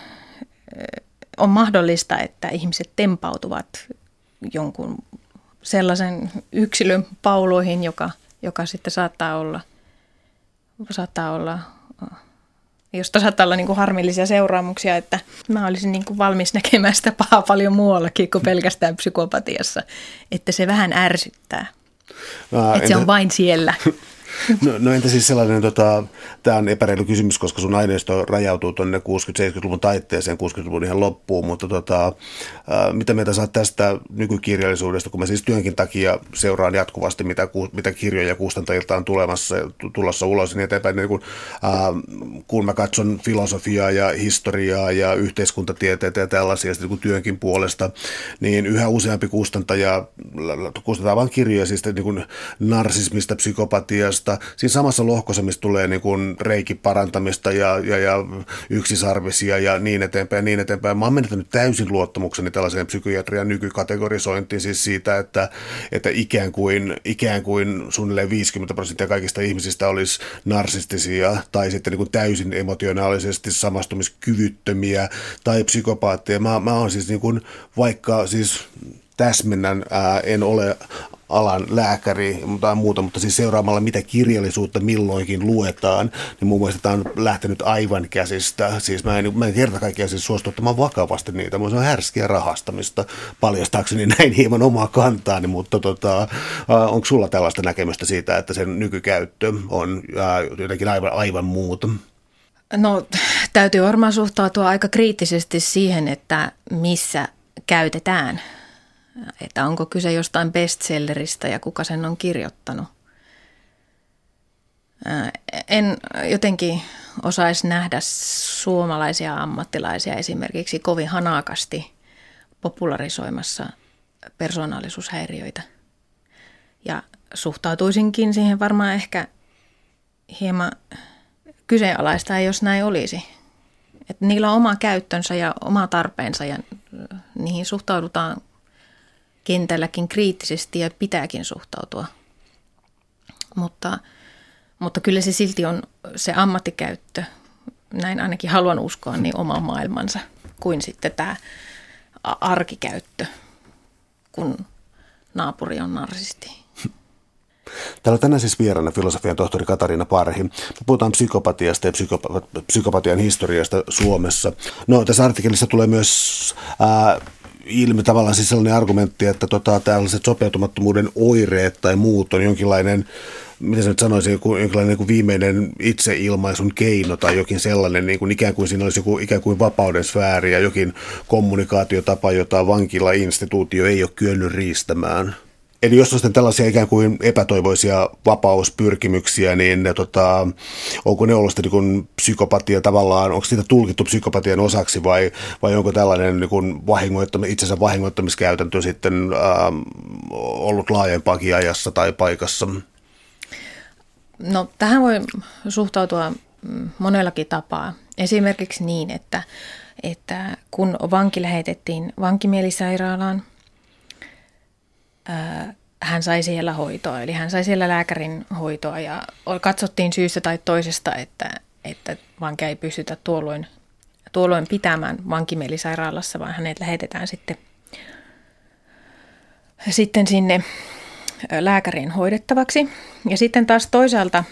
on mahdollista, että ihmiset tempautuvat jonkun sellaisen yksilön pauloihin, joka, joka sitten saattaa olla, saattaa olla, josta saattaa olla niin kuin harmillisia seuraamuksia, että mä olisin niin kuin valmis näkemään sitä pahaa paljon muuallakin kuin pelkästään psykopatiassa, että se vähän ärsyttää, no, että entä... se on vain siellä. No, no entä siis sellainen, tota, tämä on epäreilu kysymys, koska sun aineisto rajautuu tuonne kuusikymmentä-seitsemänkymmentäluvun taitteeseen, kuusikymmentäluvun ihan loppuun, mutta tota, ää, mitä mieltä saat tästä nykykirjallisuudesta, kun mä siis työnkin takia seuraan jatkuvasti, mitä, mitä kirjoja kustantajilta on tulemassa, tulossa ulos, niin eteenpäin, niin kun, ää, kun mä katson filosofiaa ja historiaa ja yhteiskuntatieteitä ja tällaisia niin työnkin puolesta, niin yhä useampi kustantaja kustantaa vain kirjoja siis niin kuin narsismista, psykopatiasta, siinä samassa lohkossa, mistä tulee niin kuin reikiparantamista ja, ja, ja yksisarvisia ja niin eteenpäin ja niin eteenpäin. Mä oon menettänyt täysin luottamukseni tällaiseen psykiatrian nykykategorisointiin, siis siitä, että, että ikään kuin, ikään kuin suunnilleen viisikymmentä prosenttia kaikista ihmisistä olisi narsistisia tai sitten niin kuin täysin emotionaalisesti samastumiskyvyttömiä tai psykopaatteja. Mä, mä oon siis niin kuin, vaikka siis täsmennän, ää, en ole alan lääkäri tai muuta, mutta siis seuraamalla mitä kirjallisuutta milloinkin luetaan, niin mun mielestä tämä on lähtenyt aivan käsistä. Siis mä en, mä en kerta kaikkiaan siis suostu ottamaan vakavasti niitä. Mun se on härskiä rahastamista, paljastaakseni näin hieman omaa kantaani, mutta tota, onko sulla tällaista näkemystä siitä, että sen nykykäyttö on ää, jotenkin aivan, aivan muuta? No täytyy varmaan suhtautua aika kriittisesti siihen, että missä käytetään. Että onko kyse jostain bestselleristä ja kuka sen on kirjoittanut. En jotenkin osaisi nähdä suomalaisia ammattilaisia esimerkiksi kovin hanakasti popularisoimassa persoonallisuushäiriöitä. Ja suhtautuisinkin siihen varmaan ehkä hieman kyseenalaista, jos näin olisi. Että niillä on oma käyttönsä ja oma tarpeensa ja niihin suhtaudutaan kentälläkin kriittisesti ja pitääkin suhtautua. Mutta, mutta kyllä se silti on se ammattikäyttö, näin ainakin haluan uskoa, niin oma maailmansa kuin sitten tämä arkikäyttö, kun naapuri on narsisti. Täällä on tänään siis vieraana filosofian tohtori Katariina Parhi. Me puhutaan psykopatiasta ja psykopa- psykopatian historiasta Suomessa. No tässä artikkelissa tulee myös ää, ilmi tavallaan siis sellainen argumentti, että tota, tällaiset sopeutumattomuuden oireet tai muut on jonkinlainen, miten se nyt sanoisi, joku, jonkinlainen niin kuin viimeinen itseilmaisun keino tai jokin sellainen, niin kuin ikään kuin siinä olisi joku ikään kuin vapauden sfääri ja jokin kommunikaatiotapa, jota vankilainstituutio ei ole kyennyt riistämään. Eli jos on sitten tällaisia ikään kuin epätoivoisia vapauspyrkimyksiä, niin ne, tota, onko ne ollut sitten niin psykopatia tavallaan, onko siitä tulkittu psykopatian osaksi vai, vai onko tällainen niin vahingoittami, itsensä vahingoittamiskäytäntö sitten ähm, ollut laajempaakin ajassa tai paikassa? No tähän voi suhtautua monellakin tapaa. Esimerkiksi niin, että, että kun vanki lähetettiin vankimielisairaalaan, hän sai siellä hoitoa, eli hän sai siellä lääkärin hoitoa ja katsottiin syystä tai toisesta, että, että vankia ei pystytä tuolloin, tuolloin pitämään vankimielisairaalassa, vaan hänet lähetetään sitten, sitten sinne lääkärin hoidettavaksi. Ja sitten taas toisaalta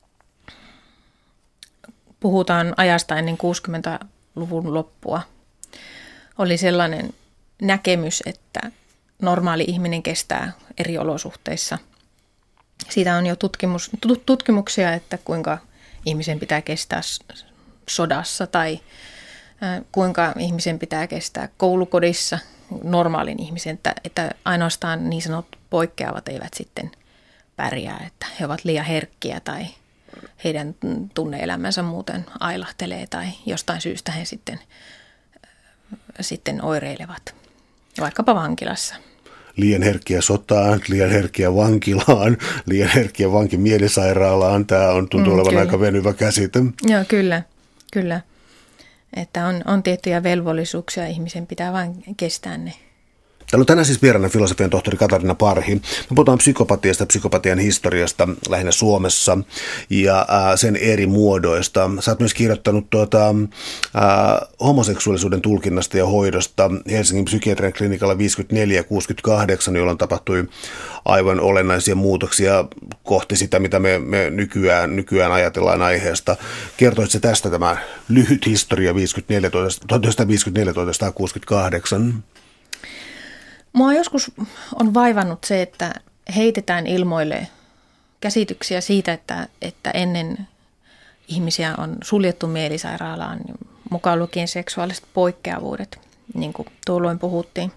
puhutaan ajasta ennen kuusikymmentäluvun loppua. Oli sellainen näkemys, että normaali ihminen kestää eri olosuhteissa. Siitä on jo tutkimus, tutkimuksia, että kuinka ihmisen pitää kestää sodassa tai kuinka ihmisen pitää kestää koulukodissa normaalin ihmisen, että, että ainoastaan niin sanotut poikkeavat eivät sitten pärjää, että he ovat liian herkkiä tai heidän tunne-elämänsä muuten ailahtelee tai jostain syystä he sitten, sitten oireilevat, vaikkapa vankilassa. Liian herkkiä sotaan, liian herkkiä vankilaan, liian herkkiä vankimielisairaalaan. Tämä on, tuntuu mm, olevan kyllä. aika venyvä käsite. Joo, kyllä, kyllä. Että on, on tiettyjä velvollisuuksia, ihmisen pitää vain kestää ne. Täällä on tänään siis vieraana filosofian tohtori Katarina Parhi. Me puhutaan psykopatiasta ja psykopatian historiasta lähinnä Suomessa ja ää, sen eri muodoista. Sä oot myös kirjoittanut tuota, ää, homoseksuaalisuuden tulkinnasta ja hoidosta Helsingin psykiatrian klinikalla viisikymmentäneljä ja kuusikymmentäkahdeksan, jolloin tapahtui aivan olennaisia muutoksia kohti sitä, mitä me, me nykyään, nykyään ajatellaan aiheesta. Kertoitko tästä tämä lyhyt historia tuhatyhdeksänsataaviisikymmentäneljä tuhatyhdeksänsataakuusikymmentäkahdeksan? Mua joskus on vaivannut se, että heitetään ilmoille käsityksiä siitä, että, että ennen ihmisiä on suljettu mielisairaalaan, mukaan lukien seksuaaliset poikkeavuudet, niin kuin tuolloin puhuttiin.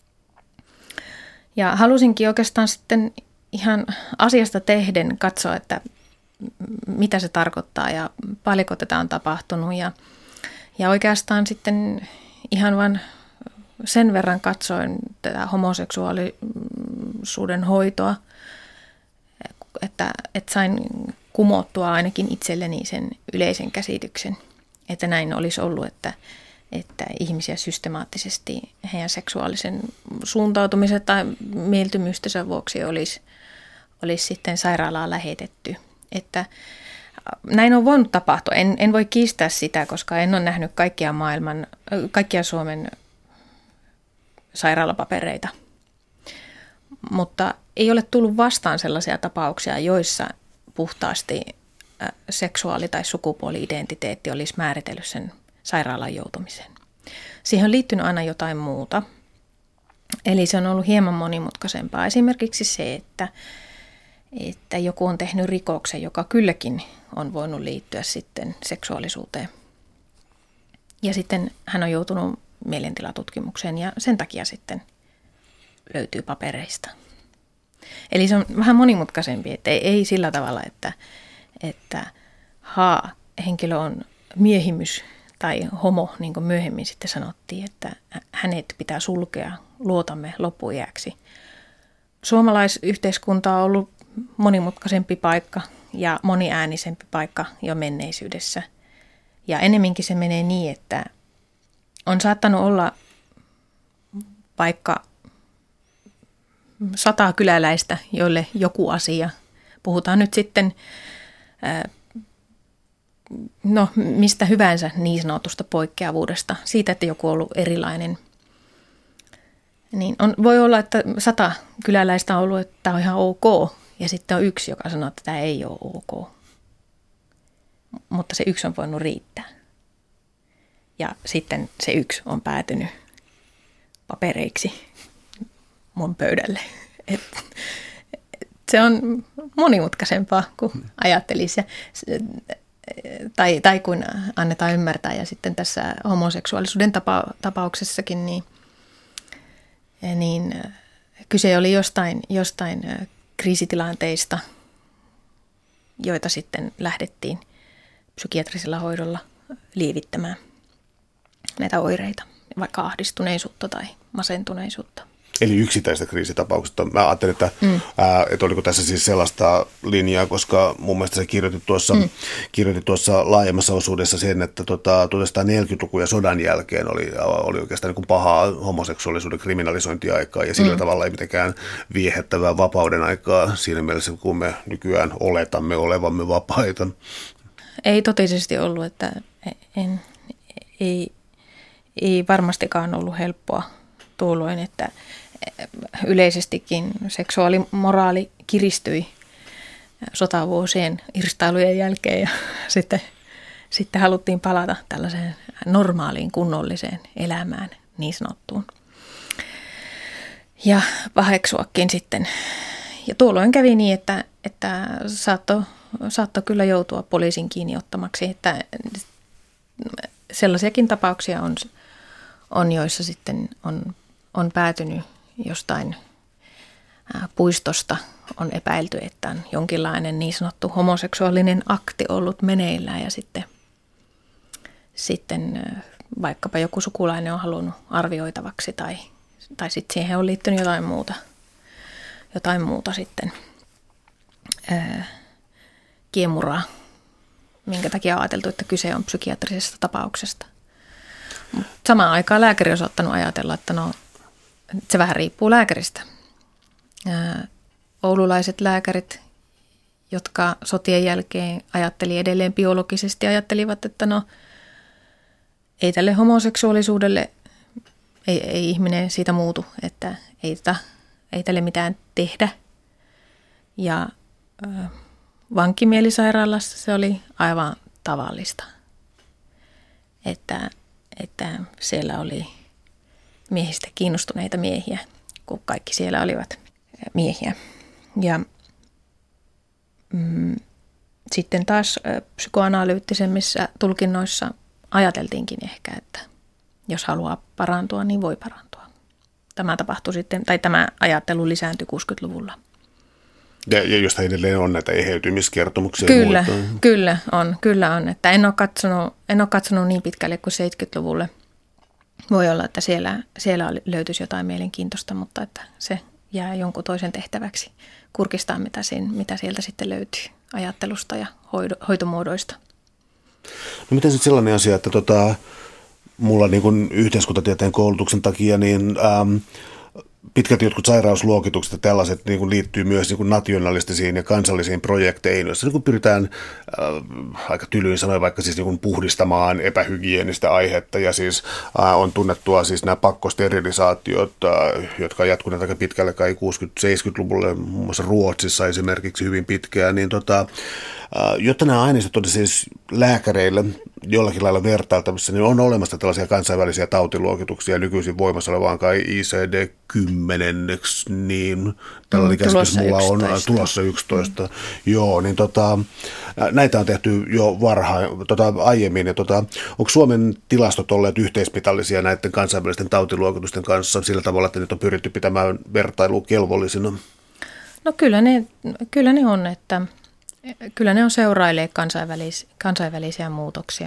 Ja halusinkin oikeastaan sitten ihan asiasta tehden katsoa, että mitä se tarkoittaa ja paljonko tätä on tapahtunut. Ja, ja oikeastaan sitten ihan vain sen verran katsoin tätä homoseksuaalisuuden hoitoa, että, että sain kumottua ainakin itselleni sen yleisen käsityksen, että näin olisi ollut, että, että ihmisiä systemaattisesti heidän seksuaalisen suuntautumisen tai mieltymystensä vuoksi olisi, olisi sitten sairaalaan lähetetty. Että näin on voinut tapahtua. En, en voi kiistää sitä, koska en ole nähnyt kaikkia maailman, kaikkia Suomen sairaalapapereita, mutta ei ole tullut vastaan sellaisia tapauksia, joissa puhtaasti seksuaali- tai sukupuoli-identiteetti olisi määritellyt sen sairaalaan joutumisen. Siihen on liittynyt aina jotain muuta, eli se on ollut hieman monimutkaisempaa. Esimerkiksi se, että, että joku on tehnyt rikoksen, joka kylläkin on voinut liittyä sitten seksuaalisuuteen. Ja sitten hän on joutunut mielentilatutkimukseen ja sen takia sitten löytyy papereista. Eli se on vähän monimutkaisempi, että ei, ei sillä tavalla, että, että haa, henkilö on miehimys tai homo, niin kuin myöhemmin sitten sanottiin, että hänet pitää sulkea luotamme loppuiäksi. Suomalaisyhteiskunta on ollut monimutkaisempi paikka ja moniäänisempi paikka jo menneisyydessä. Ja enemminkin se menee niin, että on saattanut olla vaikka sata kyläläistä, joille joku asia, puhutaan nyt sitten no, mistä hyvänsä niin sanotusta poikkeavuudesta, siitä, että joku on ollut erilainen. Niin on, voi olla, että sata kyläläistä on ollut, että tämä on ihan ok, ja sitten on yksi, joka sanoo, että tämä ei ole ok. Mutta se yksi on voinut riittää. Ja sitten se yksi on päätynyt papereiksi mun pöydälle. Et, et se on monimutkaisempaa kuin ajattelisi. Ja, tai, tai kun annetaan ymmärtää. Ja sitten tässä homoseksuaalisuuden tapa, tapauksessakin, niin, niin kyse oli jostain, jostain kriisitilanteista, joita sitten lähdettiin psykiatrisella hoidolla lievittämään näitä oireita, vaikka ahdistuneisuutta tai masentuneisuutta. Eli yksittäistä kriisitapauksesta. Mä ajattelin, että, mm. ää, että oliko tässä siis sellaista linjaa, koska mun mielestä se kirjoitti tuossa, mm. kirjoitti tuossa laajemmassa osuudessa sen, että tota, tuhatyhdeksänsataaneljäkymmentäluku ja sodan jälkeen oli, oli oikeastaan niin kuin pahaa homoseksuaalisuuden kriminalisointiaikaa ja sillä mm. tavalla ei mitenkään viehättävää vapauden aikaa siinä mielessä, kun me nykyään oletamme olevamme vapaita. Ei totisesti ollut, että en, ei, ei varmastikaan ollut helppoa tuolloin, että yleisestikin seksuaalimoraali kiristyi sotavuosien irstailujen jälkeen ja sitten, sitten haluttiin palata tällaiseen normaaliin kunnolliseen elämään niin sanottuun. Ja paheksuakin sitten. Ja tuolloin kävi niin, että, että saattoi saatto kyllä joutua poliisin kiinni ottamaksi, että sellaisiakin tapauksia on, on joissa sitten on on päätynyt jostain puistosta, on epäilty, että on jonkinlainen niin sanottu homoseksuaalinen akti ollut meneillään ja sitten, sitten vaikkapa joku sukulainen on halunnut arvioitavaksi tai, tai sitten siihen on liittynyt jotain muuta, jotain muuta sitten ää, kiemuraa, minkä takia on ajateltu, että kyse on psykiatrisesta tapauksesta. Mut samaan aikaan lääkäri on saattanut ajatella, että no se vähän riippuu lääkäristä. Ää, oululaiset lääkärit, jotka sotien jälkeen ajatteli edelleen biologisesti, ajattelivat, että no ei tälle homoseksuaalisuudelle, ei, ei ihminen siitä muutu, että ei, tätä, ei tälle mitään tehdä. Ja ää, vankimielisairaalassa se oli aivan tavallista, että, että siellä oli miehistä kiinnostuneita miehiä, kun kaikki siellä olivat miehiä. Ja mm, sitten taas psykoanalyyttisemmissä tulkinnoissa ajateltiinkin ehkä, että jos haluaa parantua, niin voi parantua. Tämä tapahtui sitten, tai tämä ajattelu lisääntyi kuusikymmentäluvulla. Ja, ja josta edelleen on näitä eheytymiskertomuksia. Kyllä, kyllä on, kyllä on. Että en ole katsonut, en ole katsonut niin pitkälle kuin seitsemänkymmentäluvulle. Voi olla, että siellä, siellä löytyisi jotain mielenkiintoista, mutta että se jää jonkun toisen tehtäväksi kurkistaa, mitä, siinä, mitä sieltä sitten löytyy ajattelusta ja hoido, hoitomuodoista. No miten sitten sellainen asia, että tota, mulla niin kuin yhteiskuntatieteen koulutuksen takia niin ähm, pitkälti jotkut sairausluokitukset ja tällaiset niin kuin liittyy myös niin kuin nationalistisiin ja kansallisiin projekteihin, joissa niin kuin pyritään äh, aika tylyin sanoen vaikka siis niin kuin puhdistamaan epähygienistä aihetta ja siis äh, on tunnettua siis nämä pakkosterilisaatiot, äh, jotka on jatkuneet aika pitkälle kai kuusikymmentä-seitsemänkymmentäluvulle, muun muassa Ruotsissa esimerkiksi hyvin pitkään, niin tota, äh, jotta nämä aineistot on siis lääkäreille jollakin lailla vertailtavissa, niin on olemassa tällaisia kansainvälisiä tautiluokituksia nykyisin voimassa olevaan kai I C D kymmenen, niin tällainen mm, käsitys mulla on tulossa yksitoista. Mm. Joo, niin tota, näitä on tehty jo varhain, tota, aiemmin. Ja tota, onko Suomen tilastot olleet yhteismitallisia näiden kansainvälisten tautiluokitusten kanssa sillä tavalla, että nyt on pyritty pitämään vertailukelvollisina? No kyllä ne, kyllä ne on, että kyllä ne on seurailee kansainvälis, kansainvälisiä muutoksia.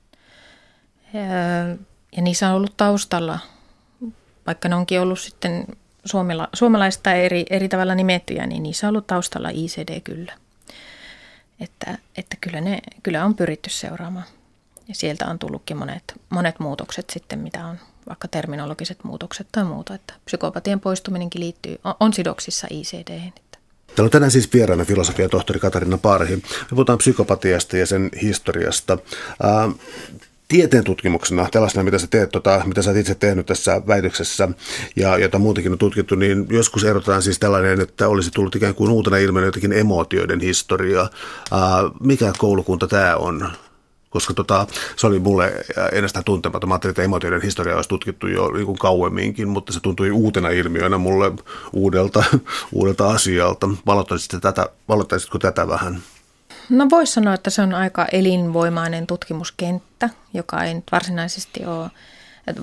Ja, ja niissä on ollut taustalla, vaikka ne onkin ollut sitten suomala, suomalaista eri, eri tavalla nimettyjä, niin niissä on ollut taustalla I C D kyllä. Että, että kyllä, ne, kyllä on pyritty seuraamaan. Ja sieltä on tullutkin monet, monet muutokset sitten, mitä on vaikka terminologiset muutokset tai muuta. Että psykopatian poistuminenkin liittyy, on, on sidoksissa I C D:hen. Täällä on tänään siis vieraana filosofian tohtori Katarina Parhi. Me puhutaan psykopatiasta ja sen historiasta. Ää, tieteen tutkimuksena, tällaisena mitä sä teet, tota, mitä sä oot itse tehnyt tässä väitöksessä ja jota muutenkin on tutkittu, niin joskus erotetaan siis tällainen, että olisi tullut ikään kuin uutena ilmenä jotakin emootioiden historiaa. Ää, mikä koulukunta tämä on? Koska tota, se oli mulle ennestään tuntematon. Mä ajattelin, että emootioiden historiaa olisi tutkittu jo niin kuin kauemminkin, mutta se tuntui uutena ilmiönä mulle uudelta, uudelta asialta. Valottaisitko tätä, valottaisitko tätä vähän? No voisi sanoa, että se on aika elinvoimainen tutkimuskenttä, joka ei nyt varsinaisesti ole.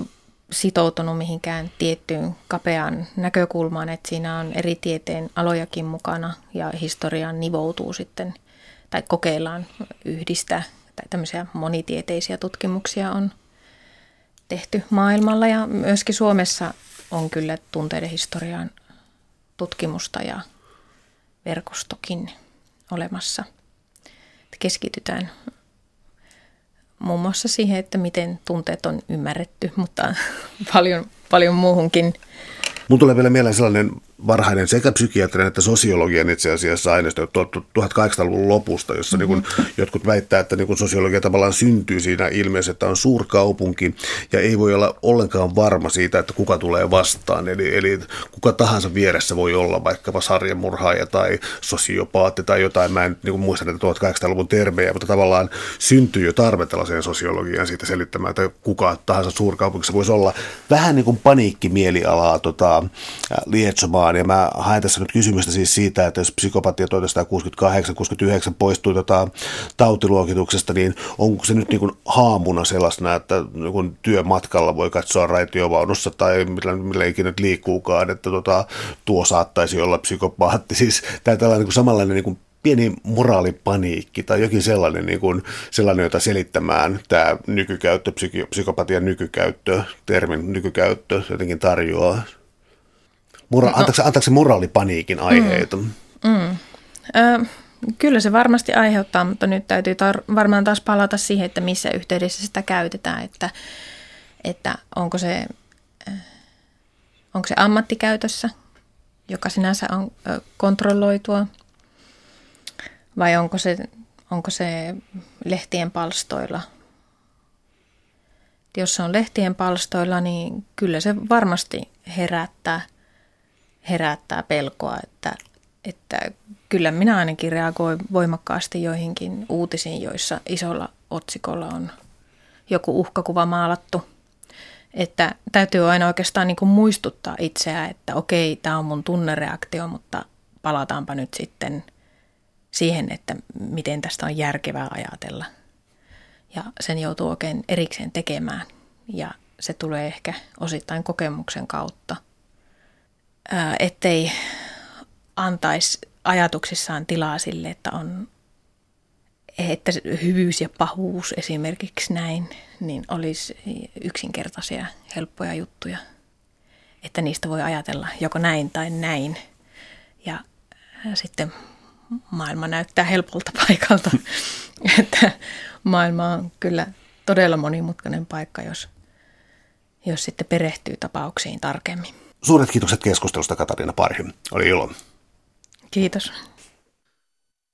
sitoutunut mihinkään tiettyyn kapeaan näkökulmaan, että siinä on eri tieteen alojakin mukana ja historiaan nivoutuu sitten, tai kokeillaan yhdistää, tai tämmöisiä monitieteisiä tutkimuksia on tehty maailmalla ja myöskin Suomessa on kyllä tunteiden historian tutkimusta ja verkostokin olemassa. Keskitytään muun muassa siihen, että miten tunteet on ymmärretty, mutta paljon, paljon muuhunkin. Mun tulee vielä mieleen sellainen varhainen sekä psykiatrian että sosiologian itse asiassa aineisto tuhatkahdeksansataaluvun lopusta, jossa mm-hmm. niin kun jotkut väittää, että niin kun sosiologia tavallaan syntyy siinä ilmeessä, että on suurkaupunki ja ei voi olla ollenkaan varma siitä, että kuka tulee vastaan. Eli, eli kuka tahansa vieressä voi olla vaikkapa sarjamurhaaja tai sosiopaatti tai jotain. Mä en niin muista näitä tuhatkahdeksansataaluvun termejä, mutta tavallaan syntyy jo tarve tällaiseen sosiologiaan siitä selittämään, että kuka tahansa suurkaupungissa voisi olla. Vähän niin kuin paniikkimielialaa tota, lietsomaan. Ja mä haen tässä nyt kysymystä siis siitä, että jos psykopatia tuhatyhdeksänsataakuusikymmentäkahdeksan kuusikymmentäyhdeksän poistui tota tautiluokituksesta, niin onko se nyt niin kuin haamuna sellaisena, että niin työmatkalla voi katsoa raitiovaunussa tai millä, millä ikinä nyt liikkuukaan, että tota, tuo saattaisi olla psykopaatti. Siis tämä tällainen niin kuin samanlainen niin kuin pieni moraalipaniikki tai jokin sellainen, niin kuin, sellainen, jota selittämään tämä nykykäyttö, psyki, psykopatian nykykäyttö, termin nykykäyttö jotenkin tarjoaa. Mura- no. Antaako, antaako se moraalipaniikin aiheita? Mm. Mm. Ö, kyllä se varmasti aiheuttaa, mutta nyt täytyy tar- varmaan taas palata siihen, että missä yhteydessä sitä käytetään, että, että onko, se, onko se ammattikäytössä, joka sinänsä on ö, kontrolloitua, vai onko se, onko se lehtien palstoilla. Jos se on lehtien palstoilla, niin kyllä se varmasti herättää herättää pelkoa, että, että kyllä minä ainakin reagoin voimakkaasti joihinkin uutisiin, joissa isolla otsikolla on joku uhkakuva maalattu. Että täytyy aina oikeastaan niin kuin muistuttaa itseään, että okei, tämä on mun tunnereaktio, mutta palataanpa nyt sitten siihen, että miten tästä on järkevää ajatella. Ja sen joutuu oikein erikseen tekemään ja se tulee ehkä osittain kokemuksen kautta. Ettei antaisi ajatuksissaan tilaa sille, että on, että hyvyys ja pahuus esimerkiksi näin, niin olisi yksinkertaisia, helppoja juttuja, että niistä voi ajatella joko näin tai näin. Ja sitten maailma näyttää helpolta paikalta, että maailma on kyllä todella monimutkainen paikka, jos, jos sitten perehtyy tapauksiin tarkemmin. Suuret kiitokset keskustelusta, Katariina Parhi. Oli ilo. Kiitos.